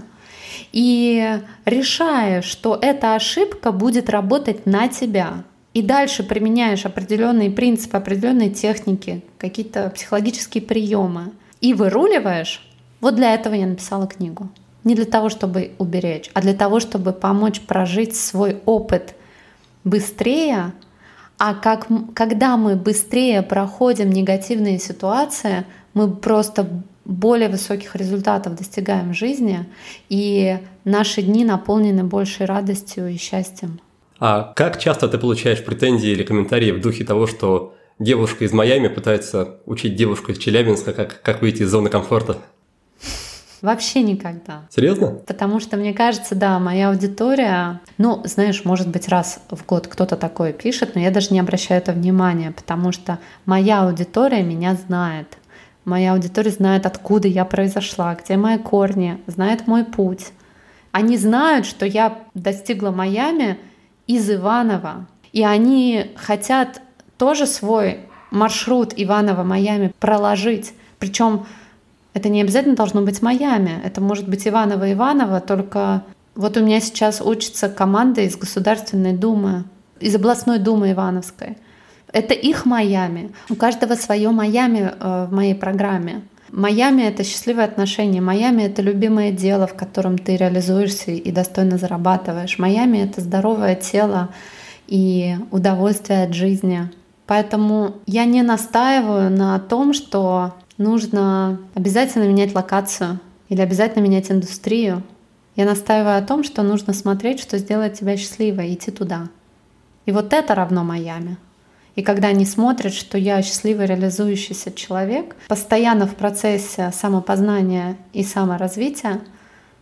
и решаешь, что эта ошибка будет работать на тебя, и дальше применяешь определенные принципы, определенные техники, какие-то психологические приемы, и выруливаешь, вот для этого я написала книгу. Не для того, чтобы уберечь, а для того, чтобы помочь прожить свой опыт быстрее. А как, когда мы быстрее проходим негативные ситуации, мы просто более высоких результатов достигаем в жизни, и наши дни наполнены большей радостью и счастьем. А как часто ты получаешь претензии или комментарии в духе того, что девушка из Майами пытается учить девушку из Челябинска, как, как выйти из зоны комфорта? Вообще никогда. Серьезно? Потому что, мне кажется, да, моя аудитория, ну, знаешь, может быть, раз в год кто-то такое пишет, но я даже не обращаю это внимания, потому что моя аудитория меня знает. Моя аудитория знает, откуда я произошла, где мои корни, знает мой путь. Они знают, что я достигла Майами из Иваново, и они хотят тоже свой маршрут Иваново-Майами проложить. Причем это не обязательно должно быть Майами, это может быть Иваново-Иваново, только вот у меня сейчас учится команда из Государственной Думы, из областной думы Ивановской. Это их Майами. У каждого свое Майами в моей программе. Майами — это счастливые отношения, Майами — это любимое дело, в котором ты реализуешься и достойно зарабатываешь. Майами — это здоровое тело и удовольствие от жизни. Поэтому я не настаиваю на том, что нужно обязательно менять локацию или обязательно менять индустрию. Я настаиваю о том, что нужно смотреть, что сделает тебя счастливой, и идти туда. И вот это равно Майами. И когда они смотрят, что я счастливый реализующийся человек, постоянно в процессе самопознания и саморазвития,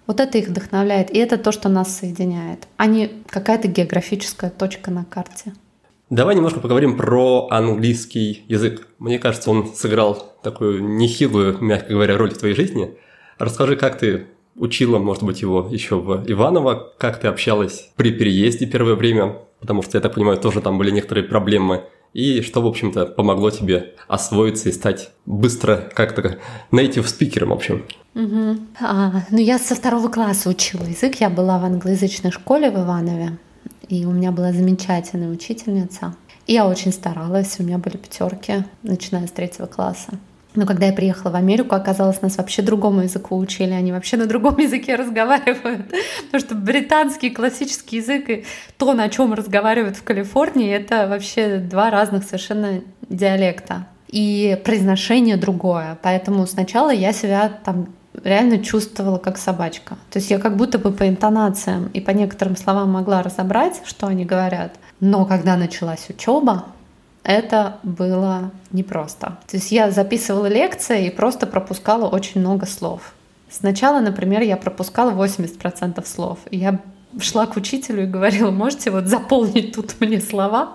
Вот это их вдохновляет, и это то, что нас соединяет, а не какая-то географическая точка на карте. Давай немножко поговорим про английский язык. Мне кажется, он сыграл такую нехилую, мягко говоря, роль в твоей жизни. Расскажи, как ты учила, может быть, его еще в Иваново, как ты общалась при переезде первое время, потому что, я так понимаю, тоже там были некоторые проблемы, и что, в общем-то, помогло тебе освоиться и стать быстро как-то native спикером, в общем. Угу. А, ну, я со второго класса учила язык, я была в англоязычной школе в Иванове, и у меня была замечательная учительница. И я очень старалась, у меня были пятерки, начиная с третьего класса. Но когда я приехала в Америку, оказалось, нас вообще другому языку учили, они вообще на другом языке разговаривают. Потому что британский классический язык и то, на чем разговаривают в Калифорнии, это вообще два разных совершенно диалекта. И произношение другое. Поэтому сначала я себя там реально чувствовала как собачка. То есть я как будто бы по интонациям и по некоторым словам могла разобрать, что они говорят. Но когда началась учеба, это было непросто. То есть я записывала лекции и просто пропускала очень много слов. Сначала, например, я пропускала восемьдесят процентов слов. И я шла к учителю и говорила: можете вот заполнить тут мне слова?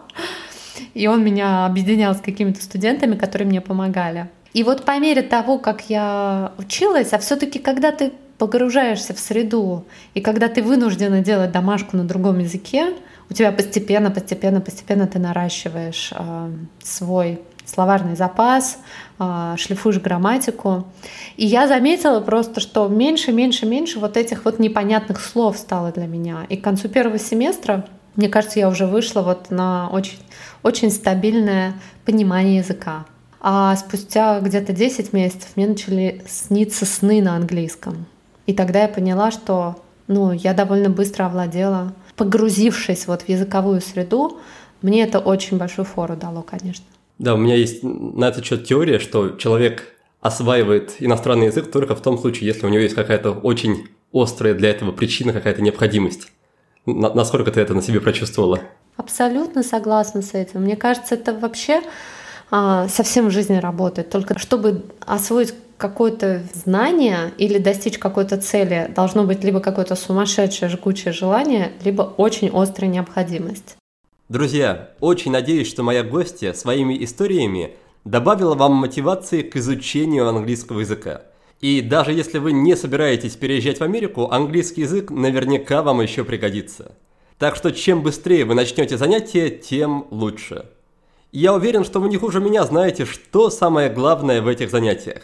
И он меня объединял с какими-то студентами, которые мне помогали. И вот по мере того, как я училась, а все-таки когда ты погружаешься в среду, и когда ты вынуждена делать домашку на другом языке, у тебя постепенно, постепенно, постепенно ты наращиваешь э, свой словарный запас, э, шлифуешь грамматику. И я заметила просто, что меньше, меньше, меньше вот этих вот непонятных слов стало для меня. И к концу первого семестра, мне кажется, я уже вышла вот на очень, очень стабильное понимание языка. А спустя где-то десять месяцев мне начали сниться сны на английском. И тогда я поняла, что ну, я довольно быстро овладела. Погрузившись вот в языковую среду, мне это очень большую фору дало, конечно. Да, у меня есть на этот счет теория, что человек осваивает иностранный язык только в том случае, если у него есть какая-то очень острая для этого причина, какая-то необходимость. Насколько ты это на себе прочувствовала? Абсолютно согласна с этим. Мне кажется, это вообще а, совсем в жизни работает. Только чтобы освоить какое-то знание или достичь какой-то цели, должно быть либо какое-то сумасшедшее жгучее желание, либо очень острая необходимость. Друзья, очень надеюсь, что моя гостья своими историями добавила вам мотивации к изучению английского языка. И даже если вы не собираетесь переезжать в Америку, английский язык наверняка вам еще пригодится. Так что чем быстрее вы начнете занятия, тем лучше. И я уверен, что вы не хуже меня знаете, что самое главное в этих занятиях.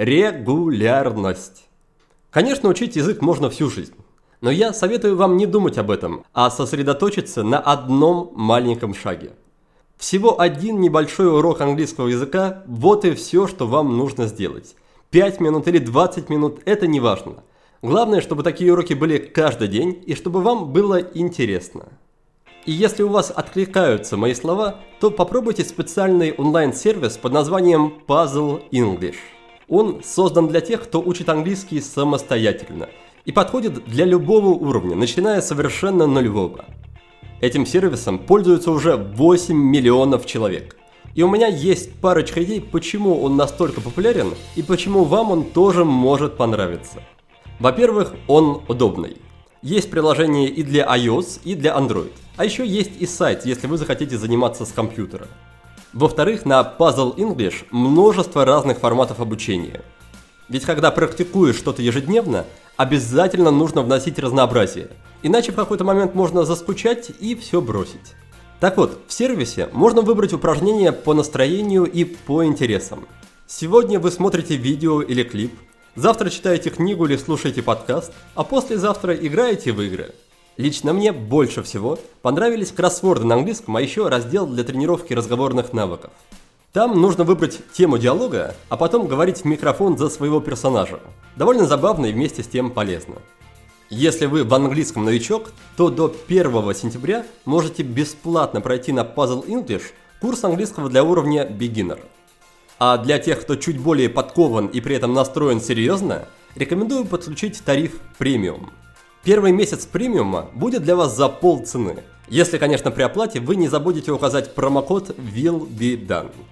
Регулярность. Конечно, учить язык можно всю жизнь, но я советую вам не думать об этом, а сосредоточиться на одном маленьком шаге. Всего один небольшой урок английского языка – вот и все, что вам нужно сделать. пять минут или двадцать минут – это не важно. Главное, чтобы такие уроки были каждый день и чтобы вам было интересно. И если у вас откликаются мои слова, то попробуйте специальный онлайн-сервис под названием Puzzle English. Он создан для тех, кто учит английский самостоятельно и подходит для любого уровня, начиная с совершенно нулевого. Этим сервисом пользуются уже восемь миллионов человек. И у меня есть парочка идей, почему он настолько популярен и почему вам он тоже может понравиться. Во-первых, он удобный. Есть приложение и для iOS, и для Android. А еще есть и сайт, если вы захотите заниматься с компьютера. Во-вторых, на Puzzle English множество разных форматов обучения. Ведь когда практикуешь что-то ежедневно, обязательно нужно вносить разнообразие. Иначе в какой-то момент можно заскучать и все бросить. Так вот, в сервисе можно выбрать упражнения по настроению и по интересам. Сегодня вы смотрите видео или клип, завтра читаете книгу или слушаете подкаст, а послезавтра играете в игры. Лично мне больше всего понравились кроссворды на английском, а еще раздел для тренировки разговорных навыков. Там нужно выбрать тему диалога, а потом говорить в микрофон за своего персонажа. Довольно забавно и вместе с тем полезно. Если вы в английском новичок, то до первого сентября можете бесплатно пройти на Puzzle English курс английского для уровня Beginner. А для тех, кто чуть более подкован и при этом настроен серьезно, рекомендую подключить тариф премиум. Первый месяц премиума будет для вас за полцены. Если, конечно, при оплате вы не забудете указать промокод will be done.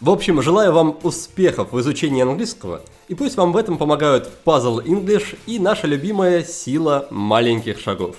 В общем, желаю вам успехов в изучении английского, и пусть вам в этом помогают Puzzle English и наша любимая сила маленьких шагов.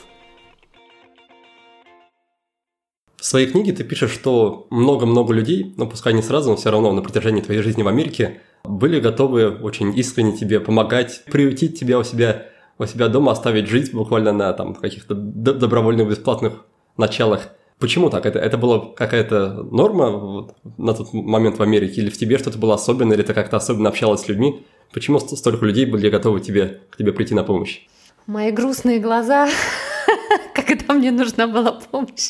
В своей книге ты пишешь, что много-много людей, ну пускай не сразу, но все равно на протяжении твоей жизни в Америке, были готовы очень искренне тебе помогать, приютить тебя у себя, у себя дома, оставить жить буквально на там, каких-то добровольных бесплатных началах. Почему так? Это, это была какая-то норма вот, на тот момент в Америке? Или в тебе что-то было особенное, или ты как-то особенно общалась с людьми? Почему столько людей были готовы тебе, к тебе прийти на помощь? Мои грустные глаза, когда мне нужна была помощь.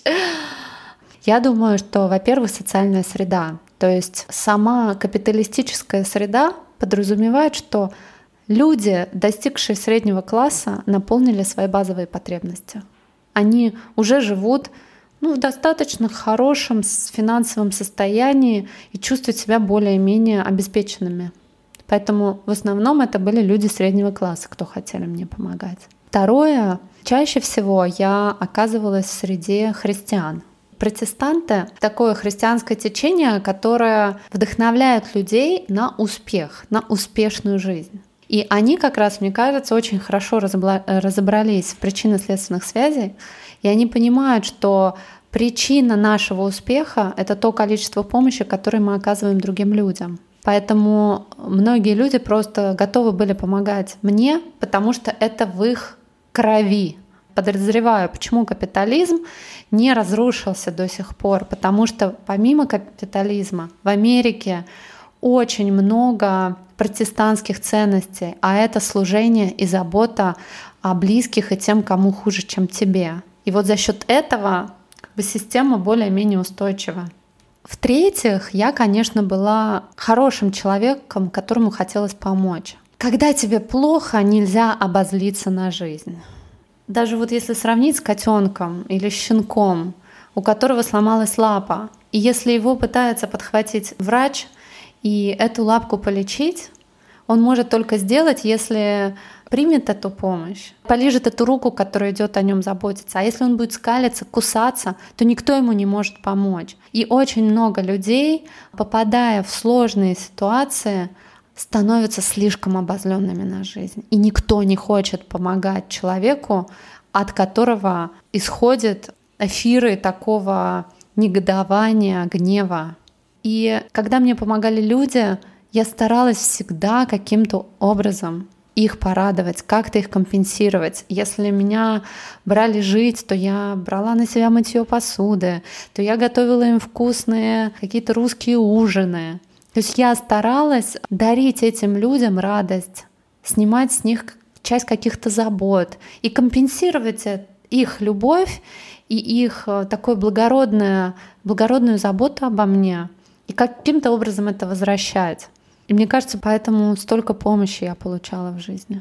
Я думаю, что, во-первых, социальная среда. То есть сама капиталистическая среда подразумевает, что люди, достигшие среднего класса, наполнили свои базовые потребности. Они уже живут ну, в достаточно хорошем финансовом состоянии и чувствуют себя более-менее обеспеченными. Поэтому в основном это были люди среднего класса, кто хотели мне помогать. Второе, чаще всего я оказывалась в среде христиан. Протестанты — такое христианское течение, которое вдохновляет людей на успех, на успешную жизнь. И они как раз, мне кажется, очень хорошо разобрались в причинно-следственных связях, и они понимают, что причина нашего успеха — это то количество помощи, которое мы оказываем другим людям. Поэтому многие люди просто готовы были помогать мне, потому что это в их крови. Подозреваю, почему капитализм не разрушился до сих пор, потому что помимо капитализма в Америке очень много протестантских ценностей, а это служение и забота о близких и тем, кому хуже, чем тебе. И вот за счет этого как бы, система более-менее устойчива. В-третьих, я, конечно, была хорошим человеком, которому хотелось помочь. Когда тебе плохо, нельзя обозлиться на жизнь. Даже вот если сравнить с котенком или щенком, у которого сломалась лапа, и если его пытается подхватить врач и эту лапку полечить, он может только сделать, если примет эту помощь, полижет эту руку, которая идет о нем заботиться. А если он будет скалиться, кусаться, то никто ему не может помочь. И очень много людей, попадая в сложные ситуации, становятся слишком обозленными на жизнь. И никто не хочет помогать человеку, от которого исходят эфиры такого негодования, гнева. И когда мне помогали люди, я старалась всегда каким-то образом их порадовать, как-то их компенсировать. Если меня брали жить, то я брала на себя мытье посуды, то я готовила им вкусные какие-то русские ужины. То есть я старалась дарить этим людям радость, снимать с них часть каких-то забот и компенсировать их любовь и их такую благородную, благородную заботу обо мне и каким-то образом это возвращать. И мне кажется, поэтому столько помощи я получала в жизни.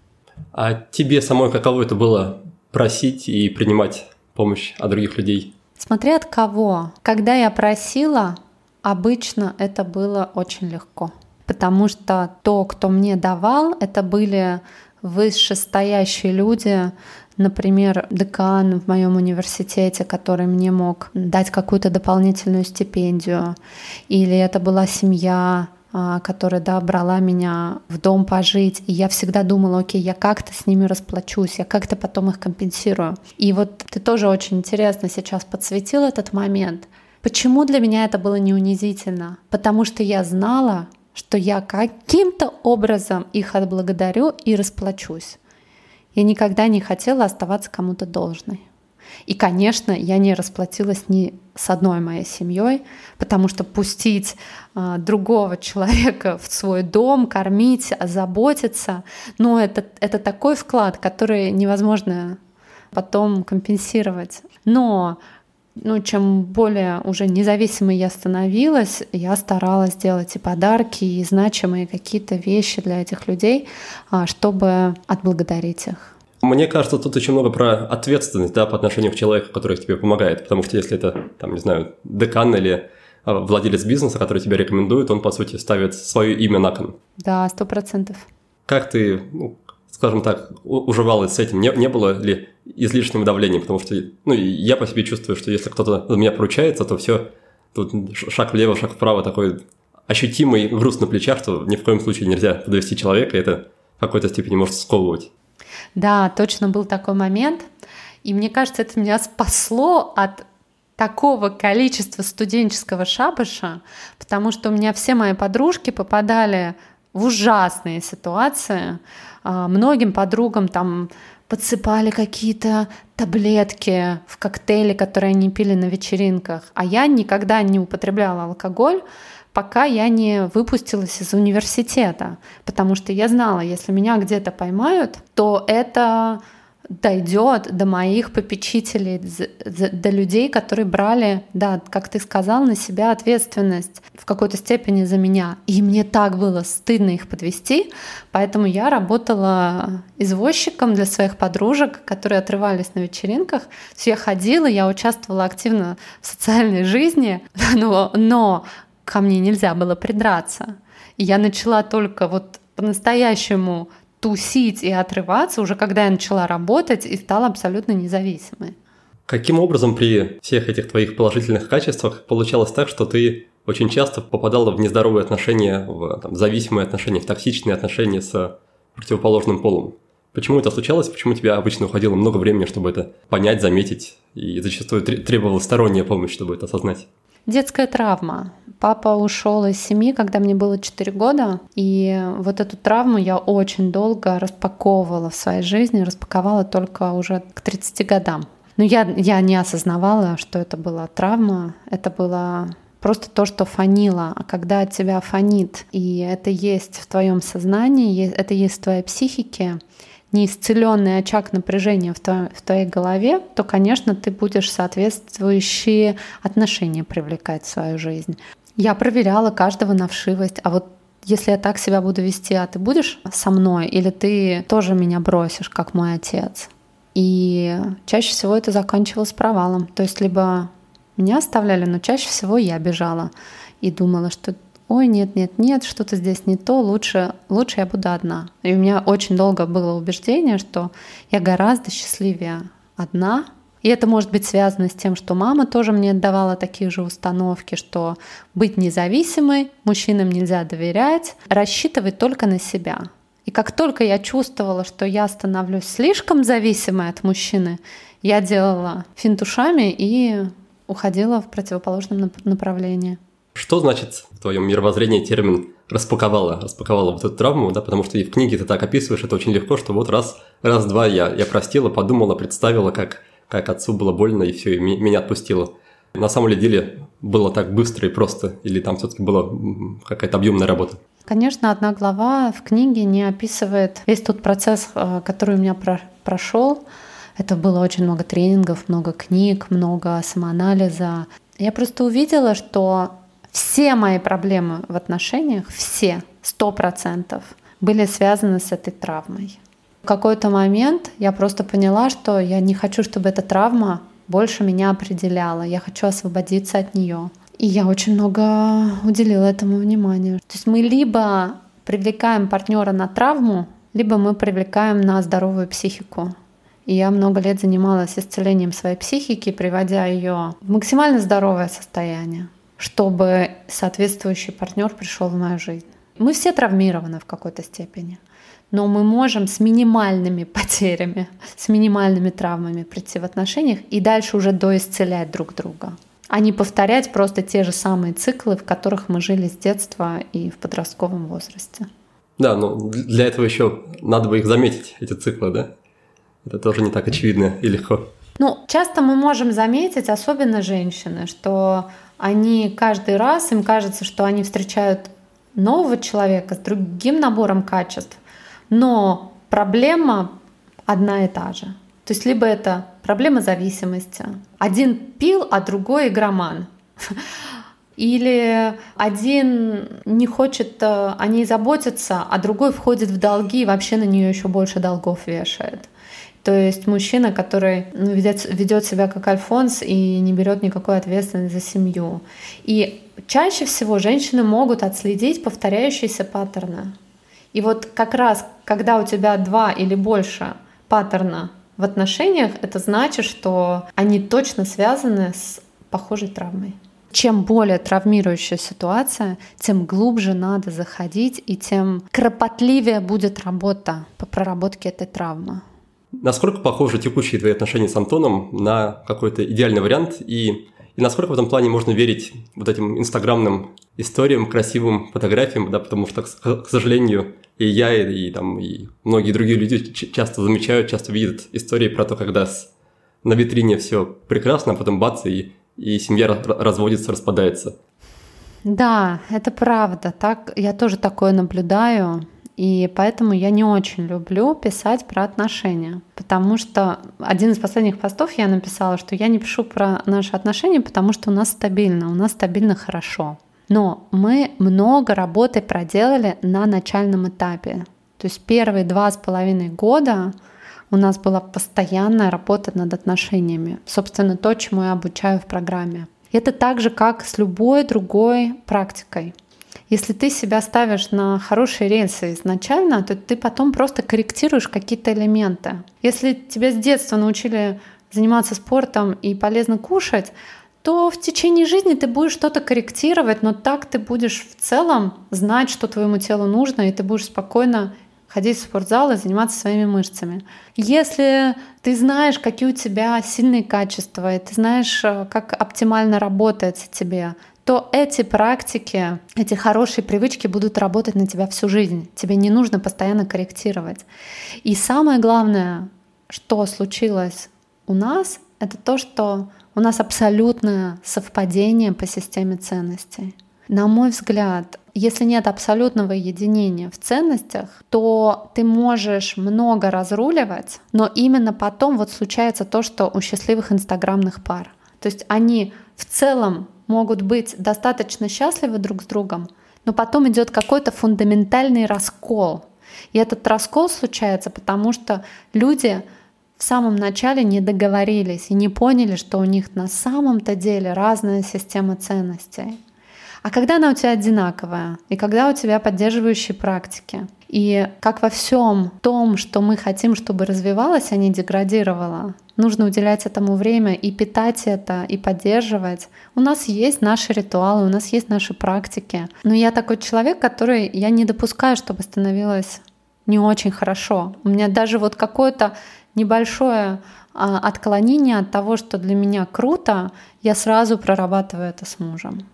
А тебе самой каково это было просить и принимать помощь от других людей? Смотря от кого. Когда я просила, обычно это было очень легко, потому что то, кто мне давал, это были вышестоящие люди, например, декан в моем университете, который мне мог дать какую-то дополнительную стипендию, или это была семья, которая да, брала меня в дом пожить, и я всегда думала, окей, я как-то с ними расплачусь, я как-то потом их компенсирую. И вот ты тоже очень интересно сейчас подсветил этот момент. Почему для меня это было не унизительно? Потому что я знала, что я каким-то образом их отблагодарю и расплачусь. Я никогда не хотела оставаться кому-то должной. И, конечно, я не расплатилась ни с одной моей семьей, потому что пустить э, другого человека в свой дом, кормить, заботиться, ну, это, это такой вклад, который невозможно потом компенсировать. Но ну, чем более уже независимой я становилась, я старалась делать и подарки, и значимые какие-то вещи для этих людей, чтобы отблагодарить их. Мне кажется, тут очень много про ответственность, да, по отношению к человеку, который тебе помогает. Потому что если это, там, не знаю, декан или владелец бизнеса, который тебя рекомендует, он, по сути, ставит свое имя на кон. Да, сто процентов. Как ты, ну, скажем так, уживалась с этим? Не, не было ли излишнего давления? Потому что, ну, я по себе чувствую, что если кто-то за меня поручается, то все, тут шаг влево, шаг вправо такой ощутимый груз на плечах, что ни в коем случае нельзя подвести человека, и это в какой-то степени может сковывать. Да, точно был такой момент. И мне кажется, это меня спасло от такого количества студенческого шабаша, потому что у меня все мои подружки попадали в ужасные ситуации. Многим подругам там подсыпали какие-то таблетки в коктейли, которые они пили на вечеринках. А я никогда не употребляла алкоголь, пока я не выпустилась из университета. Потому что я знала, если меня где-то поймают, то это дойдет до моих попечителей, до людей, которые брали, да, как ты сказал, на себя ответственность в какой-то степени за меня. И мне так было стыдно их подвести, поэтому я работала извозчиком для своих подружек, которые отрывались на вечеринках. Я ходила, я участвовала активно в социальной жизни, но, но ко мне нельзя было придраться. И я начала только вот по-настоящему тусить и отрываться уже когда я начала работать и стала абсолютно независимой. Каким образом при всех этих твоих положительных качествах получалось так, что ты очень часто попадала в нездоровые отношения, в там, зависимые отношения, в токсичные отношения с противоположным полом? Почему это случалось? Почему тебе обычно уходило много времени, чтобы это понять, заметить, и зачастую требовалась сторонняя помощь, чтобы это осознать? Детская травма. Папа ушел из семьи, когда мне было четыре года, и вот эту травму я очень долго распаковывала в своей жизни, распаковала только уже к тридцати годам. Но я, я не осознавала, что это была травма, это было просто то, что фонило. А когда от тебя фонит, и это есть в твоем сознании, это есть в твоей психике, неисцеленный очаг напряжения в твоей, в твоей голове, то, конечно, ты будешь соответствующие отношения привлекать в свою жизнь. Я проверяла каждого на вшивость. А вот если я так себя буду вести, а ты будешь со мной, или ты тоже меня бросишь, как мой отец? И чаще всего это заканчивалось провалом. То есть либо меня оставляли, но чаще всего я бежала и думала, что ой, нет, нет, нет, что-то здесь не то, лучше, лучше я буду одна. И у меня очень долго было убеждение, что я гораздо счастливее одна. И это может быть связано с тем, что мама тоже мне давала такие же установки, что быть независимой, мужчинам нельзя доверять, рассчитывать только на себя. И как только я чувствовала, что я становлюсь слишком зависимой от мужчины, я делала финт ушами и уходила в противоположном направлении. Что значит в твоем мировоззрении термин «распаковала»? Распаковала вот эту травму, да, потому что и в книге ты так описываешь, это очень легко, что вот раз, раз-два я, я простила, подумала, представила, как, как отцу было больно, и все, и меня отпустило. На самом ли деле было так быстро и просто, или там все-таки была какая-то объемная работа? Конечно, одна глава в книге не описывает весь тот процесс, который у меня прошел. Это было очень много тренингов, много книг, много самоанализа. Я просто увидела, что все мои проблемы в отношениях, все, сто процентов, были связаны с этой травмой. В какой-то момент я просто поняла, что я не хочу, чтобы эта травма больше меня определяла. Я хочу освободиться от нее. И я очень много уделила этому внимания. То есть мы либо привлекаем партнера на травму, либо мы привлекаем на здоровую психику. И я много лет занималась исцелением своей психики, приводя ее в максимально здоровое состояние, чтобы соответствующий партнер пришел в мою жизнь. Мы все травмированы в какой-то степени, но мы можем с минимальными потерями, с минимальными травмами прийти в отношениях и дальше уже доисцелять друг друга, а не повторять просто те же самые циклы, в которых мы жили с детства и в подростковом возрасте. Да, но для этого еще надо бы их заметить, эти циклы, да? Это тоже не так очевидно и легко. Ну, часто мы можем заметить, особенно женщины, что они каждый раз, им кажется, что они встречают нового человека с другим набором качеств, но проблема одна и та же. То есть либо это проблема зависимости. Один пил, а другой игроман. Или один не хочет о ней заботиться, а другой входит в долги и вообще на нее еще больше долгов вешает. То есть мужчина, который ну, ведет, ведет себя как альфонс и не берет никакой ответственности за семью. И чаще всего женщины могут отследить повторяющиеся паттерны. И вот как раз, когда у тебя два или больше паттерна в отношениях, это значит, что они точно связаны с похожей травмой. чем более травмирующая ситуация, тем глубже надо заходить, и тем кропотливее будет работа по проработке этой травмы. Насколько похожи текущие твои отношения с Антоном на какой-то идеальный вариант, и, и насколько в этом плане можно верить вот этим инстаграмным историям, красивым фотографиям, да, потому что, к, к сожалению, и я, и, и, там, и многие другие люди часто замечают, часто видят истории про то, когда с, на витрине все прекрасно, а потом бац, и, и семья разводится, распадается. Да, это правда. Так, я тоже такое наблюдаю. И поэтому я не очень люблю писать про отношения. Потому что один из последних постов я написала, что я не пишу про наши отношения, потому что у нас стабильно, у нас стабильно хорошо. Но мы много работы проделали на начальном этапе. То есть первые два с половиной года у нас была постоянная работа над отношениями. Собственно, то, чему я обучаю в программе. Это так же, как с любой другой практикой. Если ты себя ставишь на хорошие рельсы изначально, то ты потом просто корректируешь какие-то элементы. Если тебя с детства научили заниматься спортом и полезно кушать, то в течение жизни ты будешь что-то корректировать, но так ты будешь в целом знать, что твоему телу нужно, и ты будешь спокойно ходить в спортзал и заниматься своими мышцами. Если ты знаешь, какие у тебя сильные качества, и ты знаешь, как оптимально работает тебе, то эти практики, эти хорошие привычки будут работать на тебя всю жизнь. Тебе не нужно постоянно корректировать. И самое главное, что случилось у нас, это то, что у нас абсолютное совпадение по системе ценностей. На мой взгляд, если нет абсолютного единения в ценностях, то ты можешь много разруливать, но именно потом вот случается то, что у счастливых инстаграмных пар. То есть они в целом могут быть достаточно счастливы друг с другом, но потом идет какой-то фундаментальный раскол. И этот раскол случается, потому что люди в самом начале не договорились и не поняли, что у них на самом-то деле разная система ценностей. А когда она у тебя одинаковая, и когда у тебя поддерживающие практики, и как во всем том, что мы хотим, чтобы развивалось, а не деградировало, нужно уделять этому время и питать это, и поддерживать. У нас есть наши ритуалы, у нас есть наши практики. Но я такой человек, который я не допускаю, чтобы становилось не очень хорошо. У меня даже вот какое-то небольшое а, отклонение от того, что для меня круто, я сразу прорабатываю это с мужем.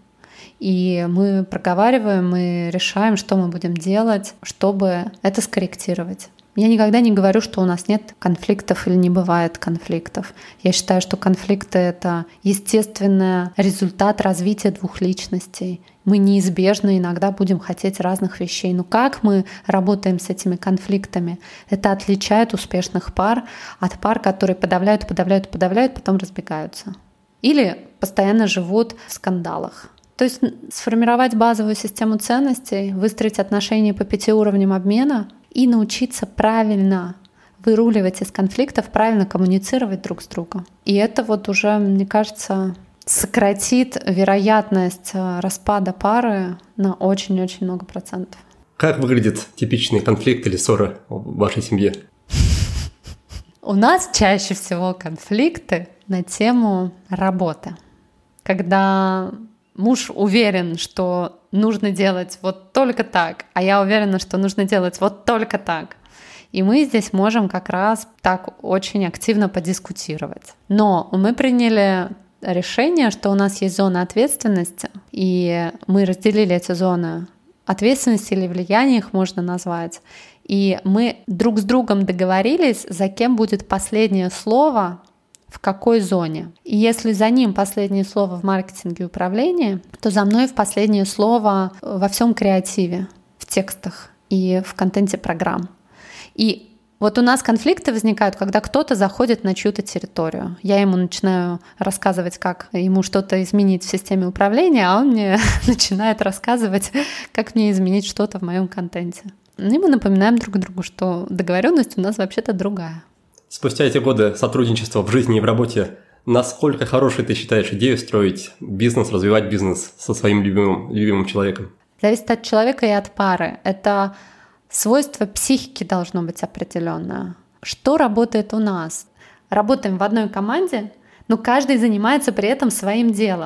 И мы проговариваем, мы решаем, что мы будем делать, чтобы это скорректировать. Я никогда не говорю, что у нас нет конфликтов или не бывает конфликтов. Я считаю, что конфликты — это естественный результат развития двух личностей. Мы неизбежно иногда будем хотеть разных вещей. Но как мы работаем с этими конфликтами? Это отличает успешных пар от пар, которые подавляют, подавляют, подавляют, потом разбегаются. Или постоянно живут в скандалах. То есть сформировать базовую систему ценностей, выстроить отношения по пяти уровням обмена и научиться правильно выруливать из конфликтов, правильно коммуницировать друг с другом. И это вот уже, мне кажется, сократит вероятность распада пары на очень-очень много процентов. Как выглядит типичный конфликт или ссора в вашей семье? У нас чаще всего конфликты на тему работы. Когда муж уверен, что нужно делать вот только так, а я уверена, что нужно делать вот только так. И мы здесь можем как раз так очень активно подискутировать. Но мы приняли решение, что у нас есть зона ответственности, и мы разделили эти зоны ответственности или влияния, их можно назвать. И мы друг с другом договорились, за кем будет последнее слово в какой зоне. И если за ним последнее слово в маркетинге и управлении, то за мной в последнее слово во всем креативе, в текстах и в контенте программ. И вот у нас конфликты возникают, когда кто-то заходит на чью-то территорию. Я ему начинаю рассказывать, как ему что-то изменить в системе управления, а он мне начинает рассказывать, как мне изменить что-то в моем контенте. И мы напоминаем друг другу, что договоренность у нас вообще-то другая. Спустя эти годы сотрудничества в жизни и в работе, насколько хорошей ты считаешь идею строить бизнес, развивать бизнес со своим любимым, любимым человеком? Зависит от человека и от пары. Это свойство психики должно быть определенное. Что работает у нас? Работаем в одной команде, но каждый занимается при этом своим делом.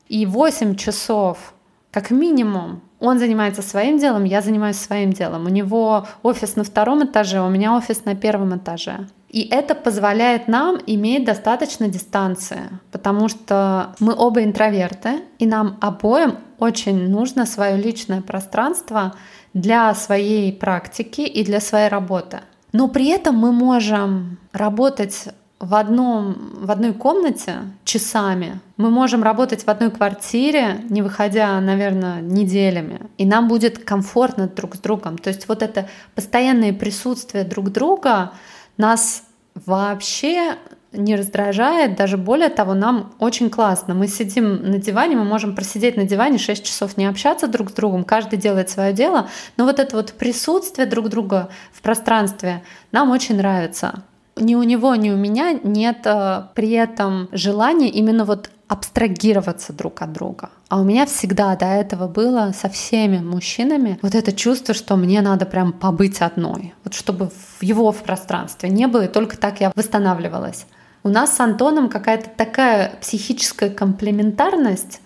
И восемь часов, как минимум, он занимается своим делом, я занимаюсь своим делом. У него офис на втором этаже, у меня офис на первом этаже. И это позволяет нам иметь достаточно дистанции, потому что мы оба интроверты, и нам обоим очень нужно свое личное пространство для своей практики и для своей работы. Но при этом мы можем работать в, одном, в одной комнате часами, мы можем работать в одной квартире, не выходя, наверное, неделями, и нам будет комфортно друг с другом. То есть вот это постоянное присутствие друг друга нас вообще не раздражает, даже более того, нам очень классно. Мы сидим на диване, мы можем просидеть на диване шесть часов, не общаться друг с другом, каждый делает свое дело, но вот это вот присутствие друг друга в пространстве нам очень нравится. Ни у него, ни у меня нет при этом желания именно вот абстрагироваться друг от друга. А у меня всегда до этого было со всеми мужчинами вот это чувство, что мне надо прям побыть одной, вот чтобы в его в пространстве не было, и только так я восстанавливалась. У нас с Антоном какая-то такая психическая комплементарность,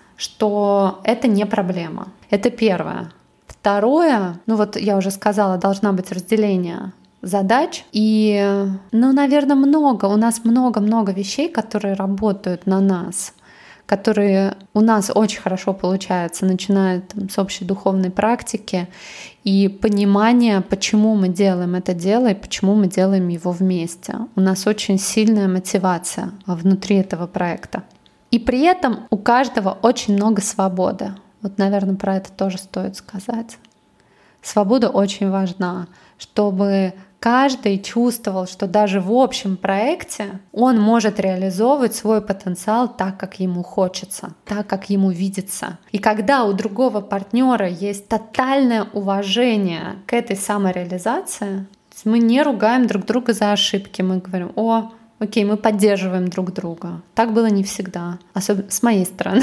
что это не проблема. Это первое. Второе, ну вот я уже сказала, должна быть разделение задач. И, ну, наверное, много, у нас много-много вещей, которые работают на нас, которые у нас очень хорошо получаются, начиная там, с общей духовной практики и понимания, почему мы делаем это дело и почему мы делаем его вместе. У нас очень сильная мотивация внутри этого проекта. И при этом у каждого очень много свободы. Вот, наверное, про это тоже стоит сказать. Свобода очень важна, чтобы каждый чувствовал, что даже в общем проекте он может реализовывать свой потенциал так, как ему хочется, так, как ему видится. И когда у другого партнера есть тотальное уважение к этой самореализации, мы не ругаем друг друга за ошибки, мы говорим: о, окей, мы поддерживаем друг друга. Так было не всегда, особенно с моей стороны.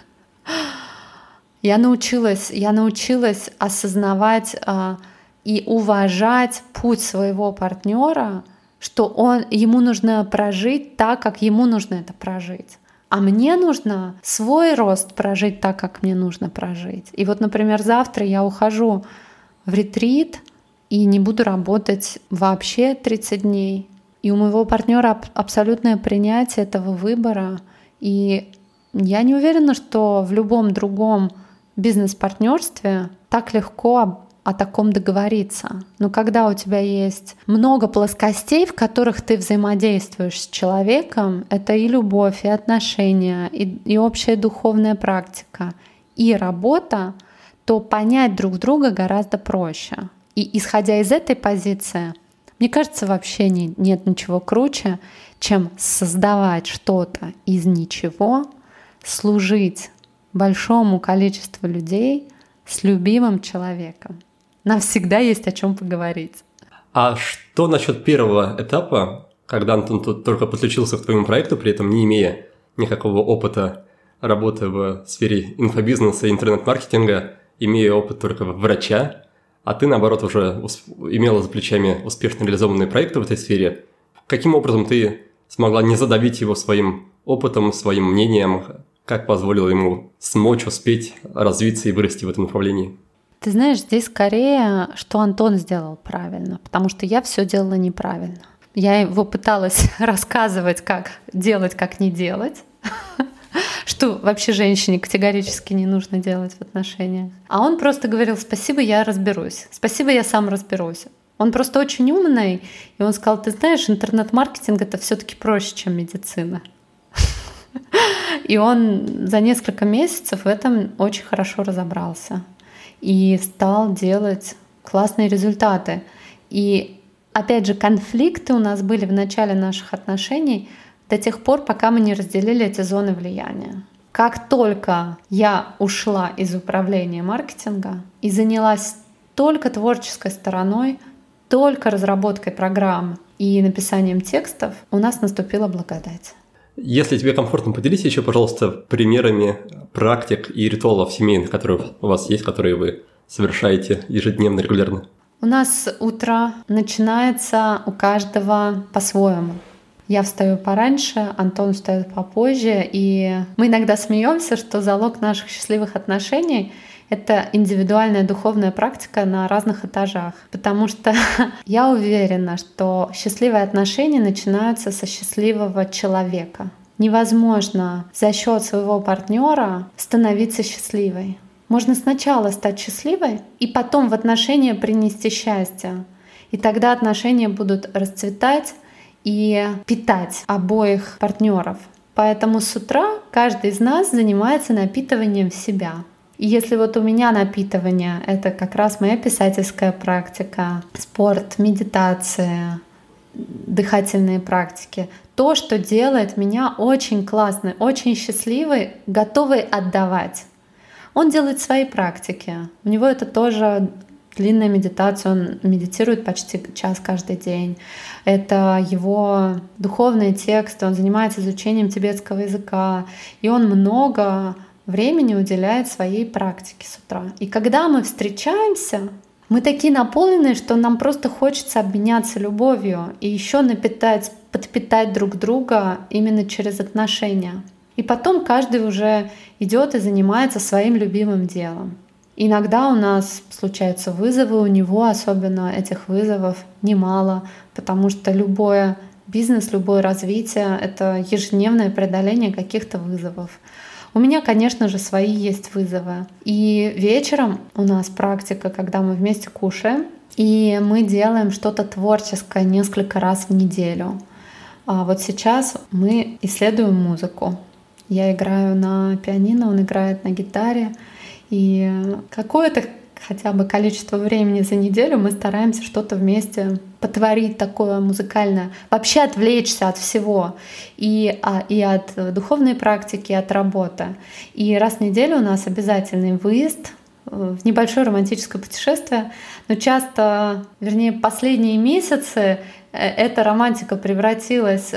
Я научилась, я научилась осознавать и уважать путь своего партнера, что он, ему нужно прожить так, как ему нужно это прожить. А мне нужно свой рост прожить так, как мне нужно прожить. И вот, например, завтра я ухожу в ретрит и не буду работать вообще тридцать дней. И у моего партнера абсолютное принятие этого выбора. И я не уверена, что в любом другом бизнес-партнерстве так легко о таком договориться. Но когда у тебя есть много плоскостей, в которых ты взаимодействуешь с человеком, это и любовь, и отношения, и, и общая духовная практика, и работа, то понять друг друга гораздо проще. И исходя из этой позиции, мне кажется, вообще не, нет ничего круче, чем создавать что-то из ничего, служить большому количеству людей с любимым человеком. Нам всегда есть о чем поговорить. А что насчет первого этапа, когда Антон тут только подключился к твоему проекту, при этом не имея никакого опыта работы в сфере инфобизнеса и интернет-маркетинга, имея опыт только врача, а ты, наоборот, уже имела за плечами успешно реализованные проекты в этой сфере. Каким образом ты смогла не задавить его своим опытом, своим мнением, как позволило ему смочь, успеть развиться и вырасти в этом направлении? Ты знаешь, здесь скорее, что Антон сделал правильно, потому что я все делала неправильно. Я его пыталась рассказывать, как делать, как не делать, что вообще женщине категорически не нужно делать в отношениях. А он просто говорил: спасибо, я разберусь, спасибо, я сам разберусь. Он просто очень умный, и он сказал: ты знаешь, интернет-маркетинг — это все-таки проще, чем медицина. И он за несколько месяцев в этом очень хорошо разобрался и стал делать классные результаты. И опять же, конфликты у нас были в начале наших отношений до тех пор, пока мы не разделили эти зоны влияния. Как только я ушла из управления маркетинга и занялась только творческой стороной, только разработкой программ и написанием текстов, у нас наступила благодать. Если тебе комфортно, поделись еще, пожалуйста, примерами практик и ритуалов семейных, которые у вас есть, которые вы совершаете ежедневно, регулярно. У нас утро начинается у каждого по-своему. Я встаю пораньше, Антон встает попозже, и мы иногда смеемся, что залог наших счастливых отношений — это индивидуальная духовная практика на разных этажах. Потому что я уверена, что счастливые отношения начинаются со счастливого человека. Невозможно за счет своего партнера становиться счастливой. Можно сначала стать счастливой и потом в отношения принести счастье. И тогда отношения будут расцветать и питать обоих партнеров. Поэтому с утра каждый из нас занимается напитыванием себя. И если вот у меня напитывание — это как раз моя писательская практика, спорт, медитация, дыхательные практики, то, что делает меня очень классной, очень счастливой, готовой отдавать. Он делает свои практики. У него это тоже длинная медитация, он медитирует почти час каждый день. Это его духовные тексты, он занимается изучением тибетского языка, и он много времени уделяет своей практике с утра. И когда мы встречаемся, мы такие наполненные, что нам просто хочется обменяться любовью и еще напитать, подпитать друг друга именно через отношения. И потом каждый уже идет и занимается своим любимым делом. Иногда у нас случаются вызовы, у него особенно этих вызовов немало, потому что любой бизнес, любое развитие — это ежедневное преодоление каких-то вызовов. У меня, конечно же, свои есть вызовы. И вечером у нас практика, когда мы вместе кушаем, и мы делаем что-то творческое несколько раз в неделю. А вот сейчас мы исследуем музыку. Я играю на пианино, он играет на гитаре. И какое-то хотя бы количество времени за неделю мы стараемся что-то вместе потворить такое музыкальное, вообще отвлечься от всего, и, а, и от духовной практики, и от работы. И раз в неделю у нас обязательный выезд в небольшое романтическое путешествие, но часто, вернее, последние месяцы эта романтика превратилась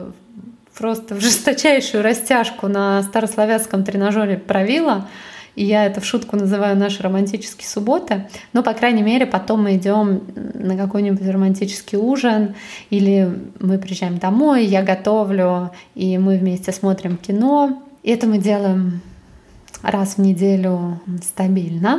просто в жесточайшую растяжку на старославянском тренажере правила. И я это в шутку называю наши романтические субботы. Но, по крайней мере, потом мы идем на какой-нибудь романтический ужин, или мы приезжаем домой, я готовлю, и мы вместе смотрим кино. И это мы делаем раз в неделю стабильно.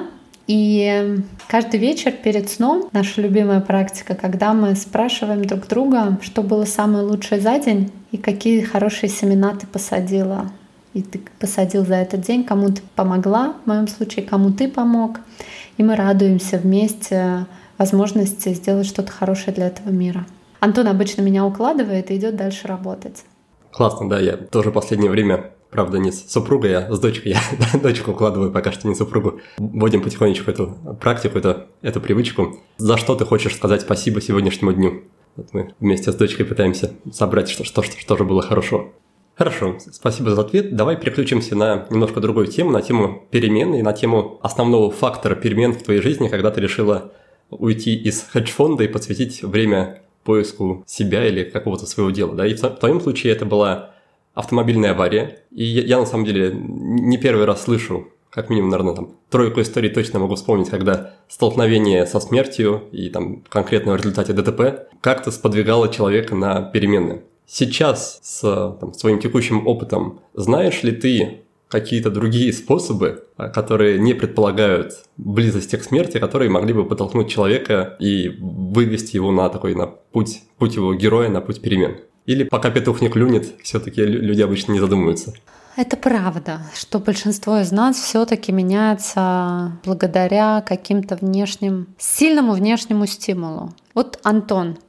И каждый вечер перед сном наша любимая практика, когда мы спрашиваем друг друга, что было самое лучшее за день и какие хорошие семена ты посадила. И ты посадил за этот день, кому ты помогла, в моем случае, кому ты помог. И мы радуемся вместе возможности сделать что-то хорошее для этого мира. Антон обычно меня укладывает и идет дальше работать. Классно, да, я тоже в последнее время, правда, не с супругой, а с дочкой. Я дочку укладываю, пока что не супругу. Вводим потихонечку эту практику, эту, эту привычку. За что ты хочешь сказать спасибо сегодняшнему дню? Вот мы вместе с дочкой пытаемся собрать, что, что, что, что же было хорошо. Хорошо, спасибо за ответ. Давай переключимся на немножко другую тему, на тему перемен и на тему основного фактора перемен в твоей жизни, когда ты решила уйти из хедж-фонда и посвятить время поиску себя или какого-то своего дела. Да? И в твоем случае это была автомобильная авария. И я, я на самом деле не первый раз слышу, как минимум, наверное, там, тройку историй точно могу вспомнить, когда столкновение со смертью и там конкретно в результате ДТП как-то сподвигало человека на перемены. Сейчас с там, своим текущим опытом знаешь ли ты какие-то другие способы, которые не предполагают близости к смерти, которые могли бы подтолкнуть человека и вывести его на такой на путь, путь его героя, на путь перемен? Или пока петух не клюнет, все-таки люди обычно не задумываются? Это правда, что большинство из нас все-таки меняется благодаря каким-то внешним, сильному внешнему стимулу. Вот Антон.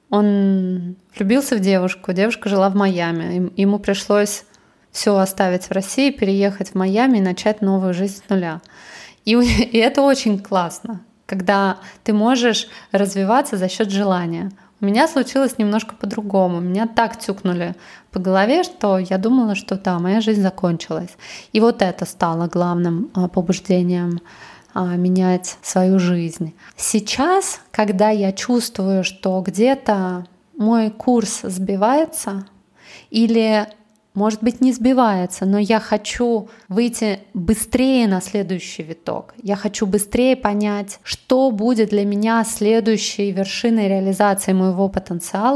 Он влюбился в девушку, девушка жила в Майами. Ему пришлось все оставить в России, переехать в Майами и начать новую жизнь с нуля. И, и это очень классно, когда ты можешь развиваться за счет желания. У меня случилось немножко по-другому. Меня так тюкнули по голове, что я думала, что да, моя жизнь закончилась. И вот это стало главным побуждением менять свою жизнь. Сейчас, когда я чувствую, что где-то мой курс сбивается, или, может быть, не сбивается, но я хочу выйти быстрее на следующий виток, я хочу быстрее понять, что будет для меня следующей вершиной реализации моего потенциала,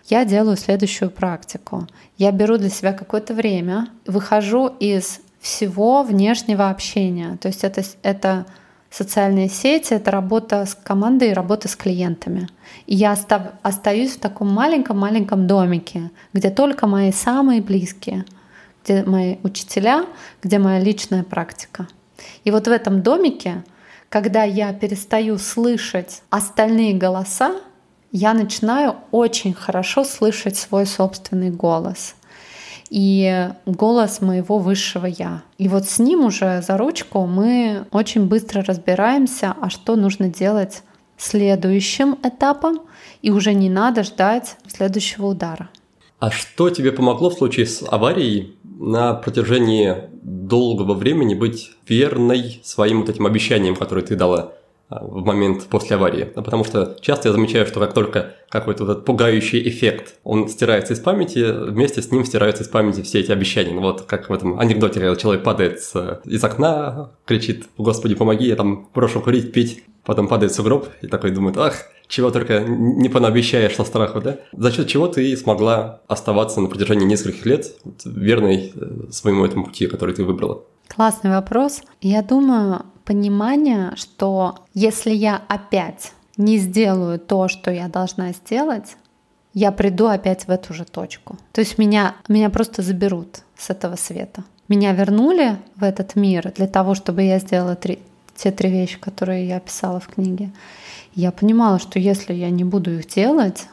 я делаю следующую практику. Я беру для себя какое-то время, выхожу из всего внешнего общения. То есть это, это социальные сети, это работа с командой и работа с клиентами. И я остав, остаюсь в таком маленьком-маленьком домике, где только мои самые близкие, где мои учителя, где моя личная практика. И вот в этом домике, когда я перестаю слышать остальные голоса, я начинаю очень хорошо слышать свой собственный голос и голос моего высшего «я». И вот с ним уже за ручку мы очень быстро разбираемся, а что нужно делать следующим этапом, и уже не надо ждать следующего удара. А что тебе помогло в случае с аварией на протяжении долгого времени быть верной своим вот этим обещаниям, которые ты дала в момент после аварии? Потому что часто я замечаю, что как только какой-то вот этот пугающий эффект, он стирается из памяти, вместе с ним стираются из памяти все эти обещания. Ну, вот как в этом анекдоте, когда человек падает с, из окна, кричит: «Господи, помоги, я там прошу курить, пить», потом падает в сугроб и такой думает: «Ах, чего только не понаобещаешь со страху», да? За счет чего ты смогла оставаться на протяжении нескольких лет верной своему этому пути, который ты выбрала? Классный вопрос. Я думаю, понимание, что если я опять не сделаю то, что я должна сделать, я приду опять в эту же точку. То есть меня, меня просто заберут с этого света. Меня вернули в этот мир для того, чтобы я сделала три, те три вещи, которые я описала в книге. Я понимала, что если я не буду их делать,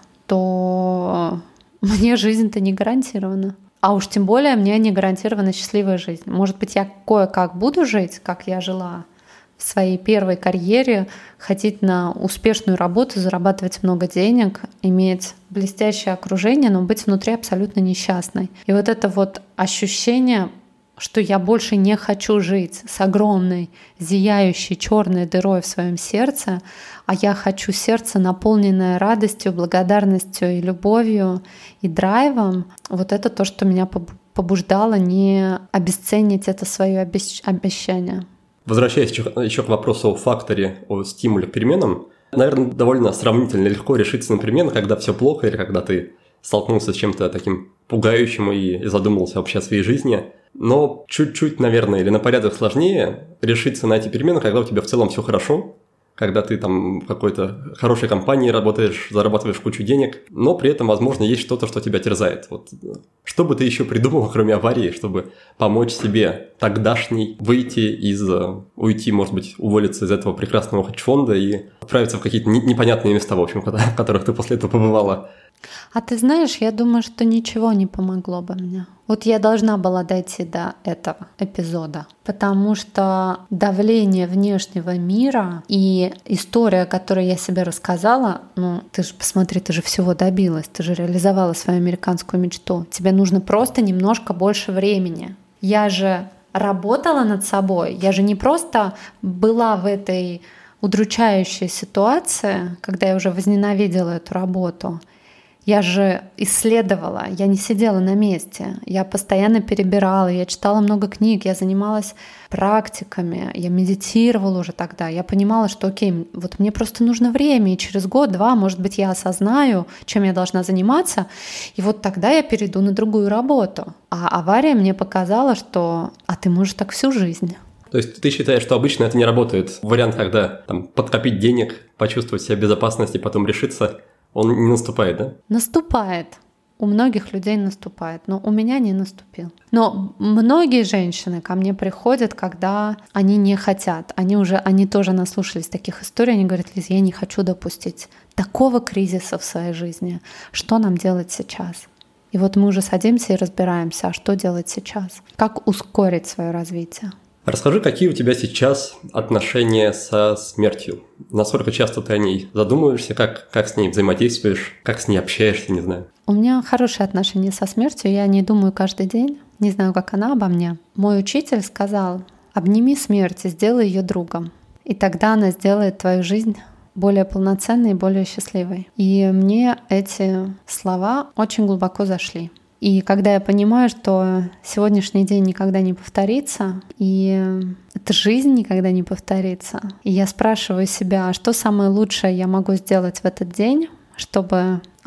то мне жизнь-то не гарантирована. А уж тем более мне не гарантирована счастливая жизнь. Может быть, я кое-как буду жить, как я жила в своей первой карьере, ходить на успешную работу, зарабатывать много денег, иметь блестящее окружение, но быть внутри абсолютно несчастной. И вот это вот ощущение, что я больше не хочу жить с огромной, зияющей черной дырой в своем сердце, а я хочу сердце, наполненное радостью, благодарностью и любовью, и драйвом. Вот это то, что меня побуждало не обесценить это свое обещание. Возвращаясь еще к вопросу о факторе, о стимуле к переменам, наверное, довольно сравнительно легко решиться на перемены, когда все плохо или когда ты столкнулся с чем-то таким пугающим и задумался вообще о своей жизни. Но чуть-чуть, наверное, или на порядок сложнее решиться на эти перемены, когда у тебя в целом все хорошо, когда ты там в какой-то хорошей компании работаешь, зарабатываешь кучу денег, но при этом, возможно, есть что-то, что тебя терзает. Вот что бы ты еще придумал, кроме аварии, чтобы помочь себе тогдашней выйти из, уйти, может быть, уволиться из этого прекрасного хедж-фонда и отправиться в какие-то непонятные места, в общем, в которых ты после этого побывала? А ты знаешь, я думаю, что ничего не помогло бы мне. Вот я должна была дойти до этого эпизода, потому что давление внешнего мира и история, которую я себе рассказала, ну, ты же посмотри, ты же всего добилась, ты же реализовала свою американскую мечту. Тебе нужно просто немножко больше времени. Я же работала над собой, я же не просто была в этой удручающей ситуации, когда я уже возненавидела эту работу. Я же исследовала, я не сидела на месте, я постоянно перебирала, я читала много книг, я занималась практиками, я медитировала уже тогда. Я понимала, что окей, вот мне просто нужно время, и через год-два, может быть, я осознаю, чем я должна заниматься, и вот тогда я перейду на другую работу. А авария мне показала, что «а ты можешь так всю жизнь». То есть ты считаешь, что обычно это не работает? Вариант, когда там, подкопить денег, почувствовать себя в безопасности, потом решиться, он не наступает, да? Наступает. У многих людей наступает, но у меня не наступил. Но многие женщины ко мне приходят, когда они не хотят. Они уже, они тоже наслушались таких историй. Они говорят: Лиз, я не хочу допустить такого кризиса в своей жизни. Что нам делать сейчас? И вот мы уже садимся и разбираемся, а что делать сейчас? Как ускорить свое развитие? Расскажи, какие у тебя сейчас отношения со смертью? Насколько часто ты о ней задумываешься, как, как с ней взаимодействуешь, как с ней общаешься, не знаю. У меня хорошие отношения со смертью, я о ней думаю каждый день. Не знаю, как она обо мне. Мой учитель сказал: обними смерть и сделай ее другом. И тогда она сделает твою жизнь более полноценной и более счастливой. И мне эти слова очень глубоко зашли. И когда я понимаю, что сегодняшний день никогда не повторится, и эта жизнь никогда не повторится, и я спрашиваю себя, что самое лучшее я могу сделать в этот день, чтобы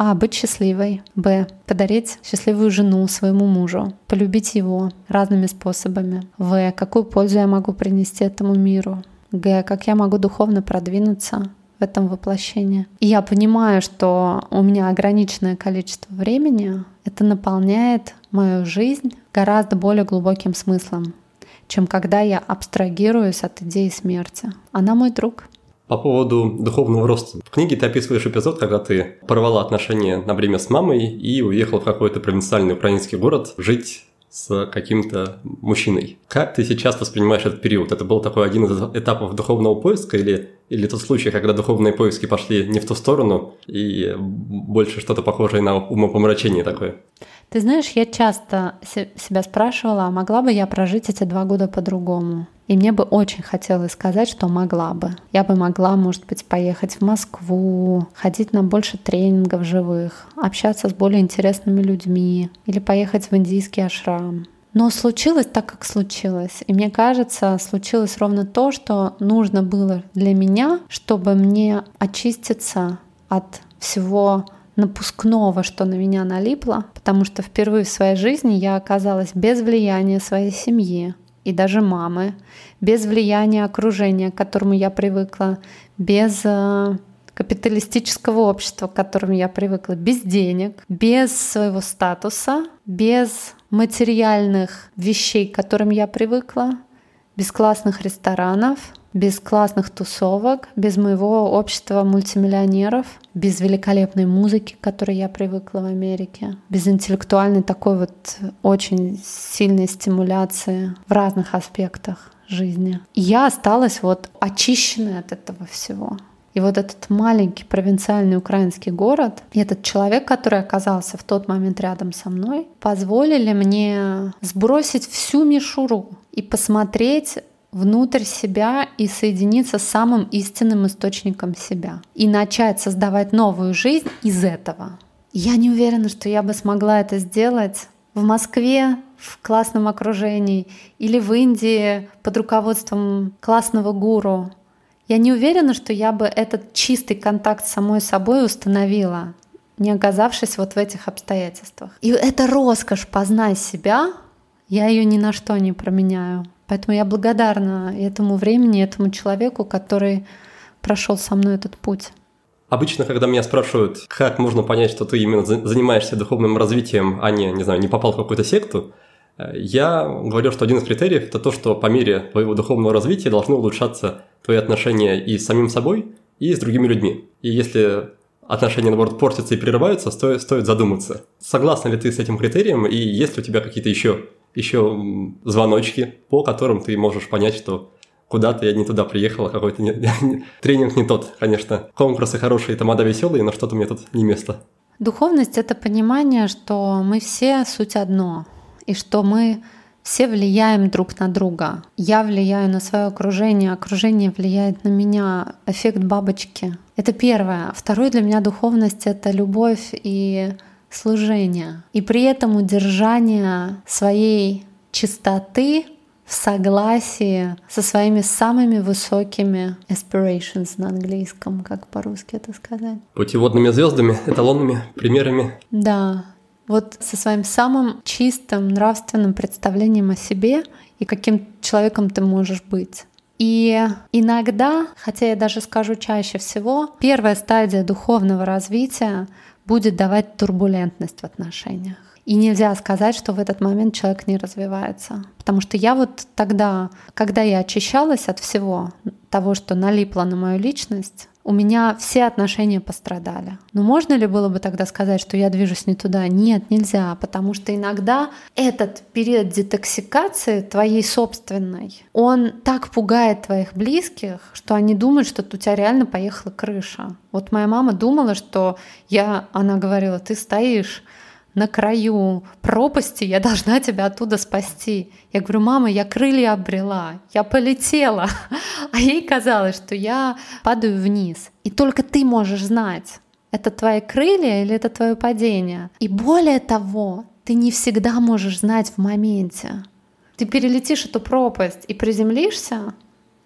А. Быть счастливой. Б. Подарить счастливую жену своему мужу. Полюбить его разными способами. В. Какую пользу я могу принести этому миру. Г. Как я могу духовно продвинуться в этом воплощении. И я понимаю, что у меня ограниченное количество времени. Это наполняет мою жизнь гораздо более глубоким смыслом, чем когда я абстрагируюсь от идеи смерти. Она мой друг. По поводу духовного роста. В книге ты описываешь эпизод, когда ты порвала отношения на время с мамой и уехала в какой-то провинциальный украинский город жить с каким-то мужчиной. Как ты сейчас воспринимаешь этот период? Это был такой один из этапов духовного поиска или, или тот случай, когда духовные поиски пошли не в ту сторону и больше что-то похожее на умопомрачение такое? Ты знаешь, я часто себя спрашивала, а могла бы я прожить эти два года по-другому? И мне бы очень хотелось сказать, что могла бы. Я бы могла, может быть, поехать в Москву, ходить на больше тренингов живых, общаться с более интересными людьми или поехать в индийский ашрам. Но случилось так, как случилось. И мне кажется, случилось ровно то, что нужно было для меня, чтобы мне очиститься от всего напускного, что на меня налипло, потому что впервые в своей жизни я оказалась без влияния своей семьи и даже мамы, без влияния окружения, к которому я привыкла, без э, капиталистического общества, к которому я привыкла, без денег, без своего статуса, без материальных вещей, к которым я привыкла, без классных ресторанов, без классных тусовок, без моего общества мультимиллионеров, без великолепной музыки, к которой я привыкла в Америке, без интеллектуальной такой вот очень сильной стимуляции в разных аспектах жизни. И я осталась вот очищенной от этого всего. И вот этот маленький провинциальный украинский город и этот человек, который оказался в тот момент рядом со мной, позволили мне сбросить всю мишуру и посмотреть внутрь себя и соединиться с самым истинным источником себя. И начать создавать новую жизнь из этого. Я не уверена, что я бы смогла это сделать в Москве, в классном окружении, или в Индии под руководством классного гуру. Я не уверена, что я бы этот чистый контакт с самой собой установила, не оказавшись вот в этих обстоятельствах. И эта роскошь познать себя, я ее ни на что не променяю. Поэтому я благодарна этому времени, этому человеку, который прошел со мной этот путь. Обычно, когда меня спрашивают, как можно понять, что ты именно занимаешься духовным развитием, а не, не знаю, не попал в какую-то секту, я говорю, что один из критериев – это то, что по мере твоего духовного развития должны улучшаться твои отношения и с самим собой, и с другими людьми. И если отношения, наоборот, портятся и прерываются, стоит, стоит задуматься. Согласна ли ты с этим критерием, и есть ли у тебя какие-то еще, еще звоночки, по которым ты можешь понять, что куда-то я не туда приехала, какой-то не, не, тренинг не тот, конечно. Конкурсы хорошие, тамада веселые, но что-то мне тут не место. Духовность — это понимание, что мы все суть одно, и что мы все влияем друг на друга. Я влияю на свое окружение, окружение влияет на меня. Эффект бабочки. Это первое. Второе для меня духовность — это любовь и служение. И при этом удержание своей чистоты в согласии со своими самыми высокими aspirations на английском, как по-русски это сказать. Путеводными звездами, эталонными примерами. Да. Вот со своим самым чистым нравственным представлением о себе и каким человеком ты можешь быть. И иногда, хотя я даже скажу чаще всего, первая стадия духовного развития будет давать турбулентность в отношениях. И нельзя сказать, что в этот момент человек не развивается. Потому что я вот тогда, когда я очищалась от всего того, что налипло на мою личность, у меня все отношения пострадали. Но можно ли было бы тогда сказать, что я движусь не туда? Нет, нельзя, потому что иногда этот период детоксикации твоей собственной, он так пугает твоих близких, что они думают, что у тебя реально поехала крыша. Вот моя мама думала, что я, она говорила, ты стоишь на краю пропасти, я должна тебя оттуда спасти. Я говорю, мама, я крылья обрела, я полетела. А ей казалось, что я падаю вниз. И только ты можешь знать, это твои крылья или это твое падение. И более того, ты не всегда можешь знать в моменте. Ты перелетишь эту пропасть и приземлишься,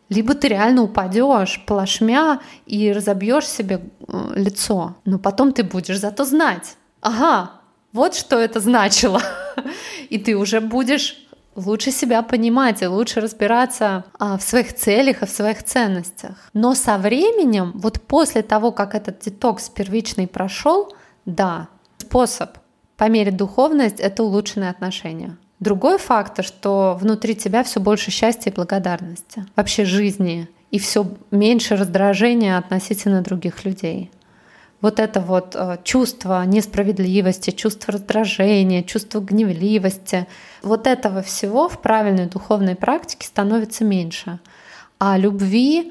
Либо ты реально упадешь плашмя и разобьешь себе лицо, но потом ты будешь зато знать, ага, вот что это значило, и ты уже будешь лучше себя понимать и лучше разбираться а, в своих целях и в своих ценностях. Но со временем, вот после того, как этот детокс первичный прошел, да, способ померить духовность — это улучшенные отношения. Другой фактор, что внутри тебя все больше счастья и благодарности, вообще жизни, и все меньше раздражения относительно других людей. Вот это вот чувство несправедливости, чувство раздражения, чувство гневливости, вот этого всего в правильной духовной практике становится меньше. А любви,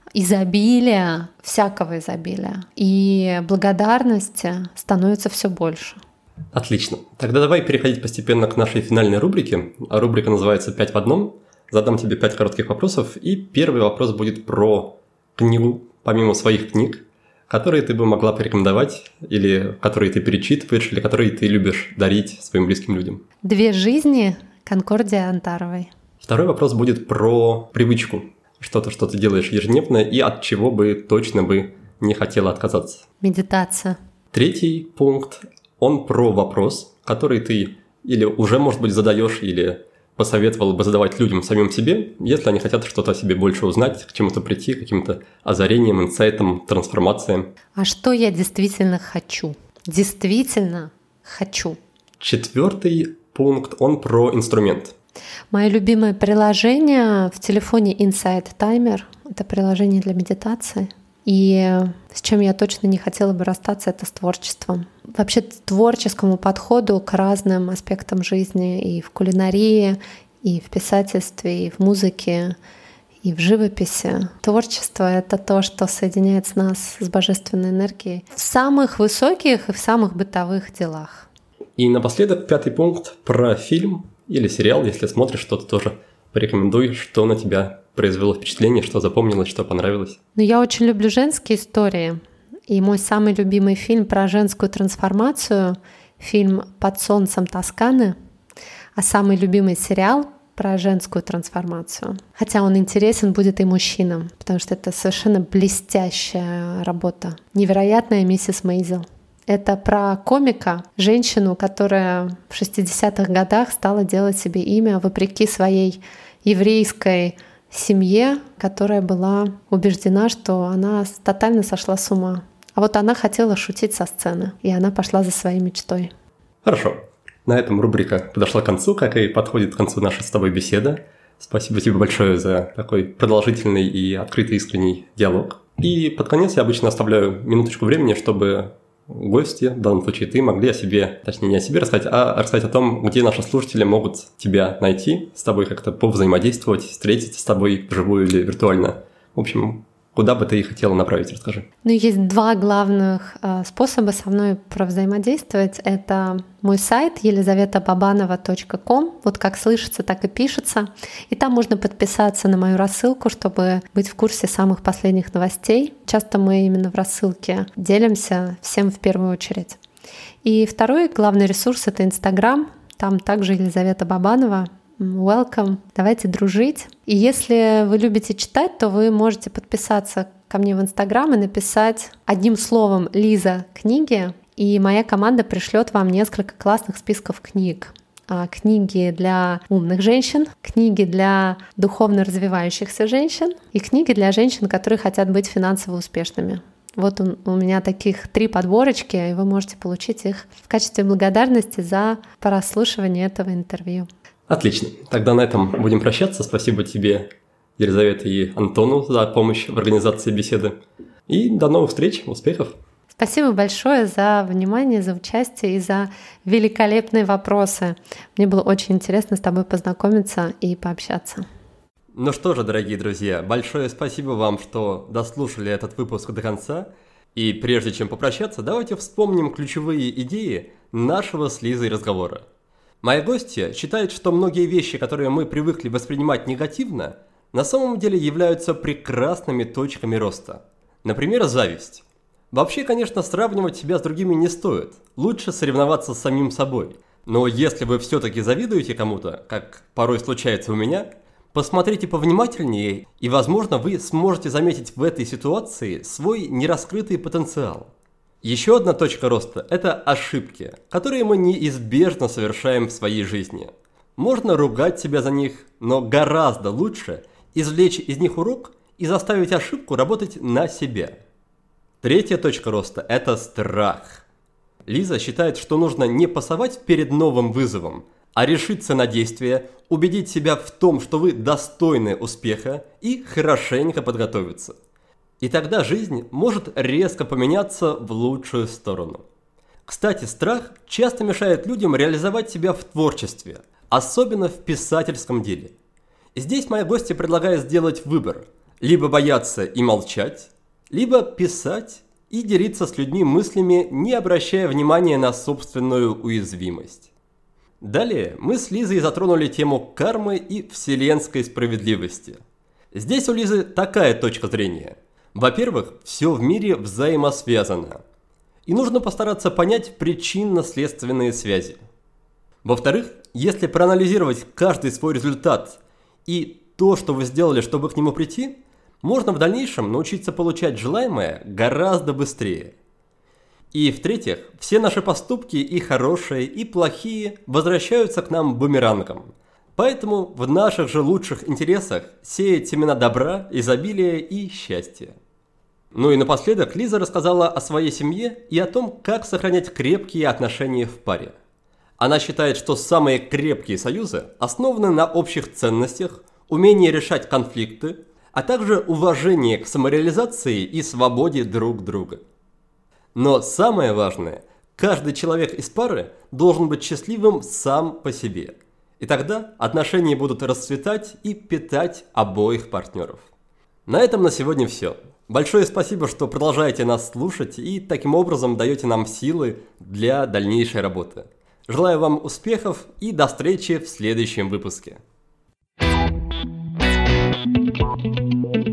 изобилия, всякого изобилия и благодарности становится все больше. Отлично. Тогда давай переходить постепенно к нашей финальной рубрике. Рубрика называется «пять в одном». Задам тебе пять коротких вопросов, и первый вопрос будет про книгу, помимо своих книг, которые ты бы могла порекомендовать, или которые ты перечитываешь, или которые ты любишь дарить своим близким людям. «Две жизни» Конкордии Антаровой. Второй вопрос будет про привычку. Что-то, что ты делаешь ежедневно, и от чего бы точно бы не хотела отказаться. Медитация. Третий пункт, он про вопрос, который ты или уже, может быть, задаешь, или посоветовал бы задавать людям самим себе, если они хотят что-то о себе больше узнать, к чему-то прийти, к каким-то озарениям, инсайтам, трансформациям. А что я действительно хочу? Действительно хочу. Четвертый пункт, он про инструмент. Мое любимое приложение в телефоне Insight Timer. Это приложение для медитации. И с чем я точно не хотела бы расстаться, это с творчеством. Вообще творческому подходу к разным аспектам жизни и в кулинарии, и в писательстве, и в музыке, и в живописи. Творчество — это то, что соединяет нас с божественной энергией в самых высоких и в самых бытовых делах. И напоследок пятый пункт про фильм или сериал, если смотришь что-то тоже. Порекомендуй, что на тебя произвело впечатление, что запомнилось, что понравилось. Ну, я очень люблю женские истории. И мой самый любимый фильм про женскую трансформацию — фильм «Под солнцем Тосканы», а самый любимый сериал про женскую трансформацию. Хотя он интересен будет и мужчинам, потому что это совершенно блестящая работа. Невероятная миссис Мейзел. Это про комика, женщину, которая в шестидесятых годах стала делать себе имя вопреки своей еврейской семье, которая была убеждена, что она тотально сошла с ума. А вот она хотела шутить со сцены, и она пошла за своей мечтой. Хорошо. На этом рубрика подошла к концу, как и подходит к концу наша с тобой беседа. Спасибо тебе большое за такой продолжительный и открытый искренний диалог. И под конец я обычно оставляю минуточку времени, чтобы гости, в данном случае ты, могли о себе, точнее не о себе рассказать, а рассказать о том, где наши слушатели могут тебя найти, с тобой как-то повзаимодействовать, встретиться с тобой вживую или виртуально. В общем, куда бы ты их хотела направить, расскажи. Ну, есть два главных э, способа со мной провзаимодействовать. Это мой сайт елизавета бабанова точка ком, вот как слышится, так и пишется. И там можно подписаться на мою рассылку, чтобы быть в курсе самых последних новостей. Часто мы именно в рассылке делимся всем в первую очередь. И второй главный ресурс — это Инстаграм. Там также Елизавета Бабанова. Welcome, давайте дружить. И если вы любите читать, то вы можете подписаться ко мне в Инстаграм и написать одним словом «Лиза книги», и моя команда пришлет вам несколько классных списков книг. Книги для умных женщин, книги для духовно развивающихся женщин и книги для женщин, которые хотят быть финансово успешными. Вот у меня таких три подборочки, и вы можете получить их в качестве благодарности за прослушивание этого интервью. Отлично. Тогда на этом будем прощаться. Спасибо тебе, Елизавета, и Антону за помощь в организации беседы. И до новых встреч, успехов! Спасибо большое за внимание, за участие и за великолепные вопросы. Мне было очень интересно с тобой познакомиться и пообщаться. Ну что же, дорогие друзья, большое спасибо вам, что дослушали этот выпуск до конца. И прежде чем попрощаться, давайте вспомним ключевые идеи нашего с Лизой разговора. Моя гостья считает, что многие вещи, которые мы привыкли воспринимать негативно, на самом деле являются прекрасными точками роста. Например, зависть. Вообще, конечно, сравнивать себя с другими не стоит. Лучше соревноваться с самим собой. Но если вы все-таки завидуете кому-то, как порой случается у меня, Посмотрите повнимательнее, и, возможно, вы сможете заметить в этой ситуации свой нераскрытый потенциал. Еще одна точка роста – это ошибки, которые мы неизбежно совершаем в своей жизни. Можно ругать себя за них, но гораздо лучше извлечь из них урок и заставить ошибку работать на себя. Третья точка роста – это страх. Лиза считает, что нужно не пасовать перед новым вызовом, а решиться на действие, убедить себя в том, что вы достойны успеха, и хорошенько подготовиться. И тогда жизнь может резко поменяться в лучшую сторону. Кстати, страх часто мешает людям реализовать себя в творчестве, особенно в писательском деле. Здесь моя гостья предлагает сделать выбор – либо бояться и молчать, либо писать и делиться с людьми мыслями, не обращая внимания на собственную уязвимость. Далее мы с Лизой затронули тему кармы и вселенской справедливости. Здесь у Лизы такая точка зрения. Во-первых, все в мире взаимосвязано, и нужно постараться понять причинно-следственные связи. Во-вторых, если проанализировать каждый свой результат и то, что вы сделали, чтобы к нему прийти, можно в дальнейшем научиться получать желаемое гораздо быстрее. И в-третьих, все наши поступки, и хорошие, и плохие, возвращаются к нам бумерангом. Поэтому в наших же лучших интересах сеять семена добра, изобилия и счастья. Ну и напоследок Лиза рассказала о своей семье и о том, как сохранять крепкие отношения в паре. Она считает, что самые крепкие союзы основаны на общих ценностях, умении решать конфликты, а также уважении к самореализации и свободе друг друга. Но самое важное, каждый человек из пары должен быть счастливым сам по себе. И тогда отношения будут расцветать и питать обоих партнеров. На этом на сегодня все. Большое спасибо, что продолжаете нас слушать и таким образом даете нам силы для дальнейшей работы. Желаю вам успехов и до встречи в следующем выпуске. Thank you.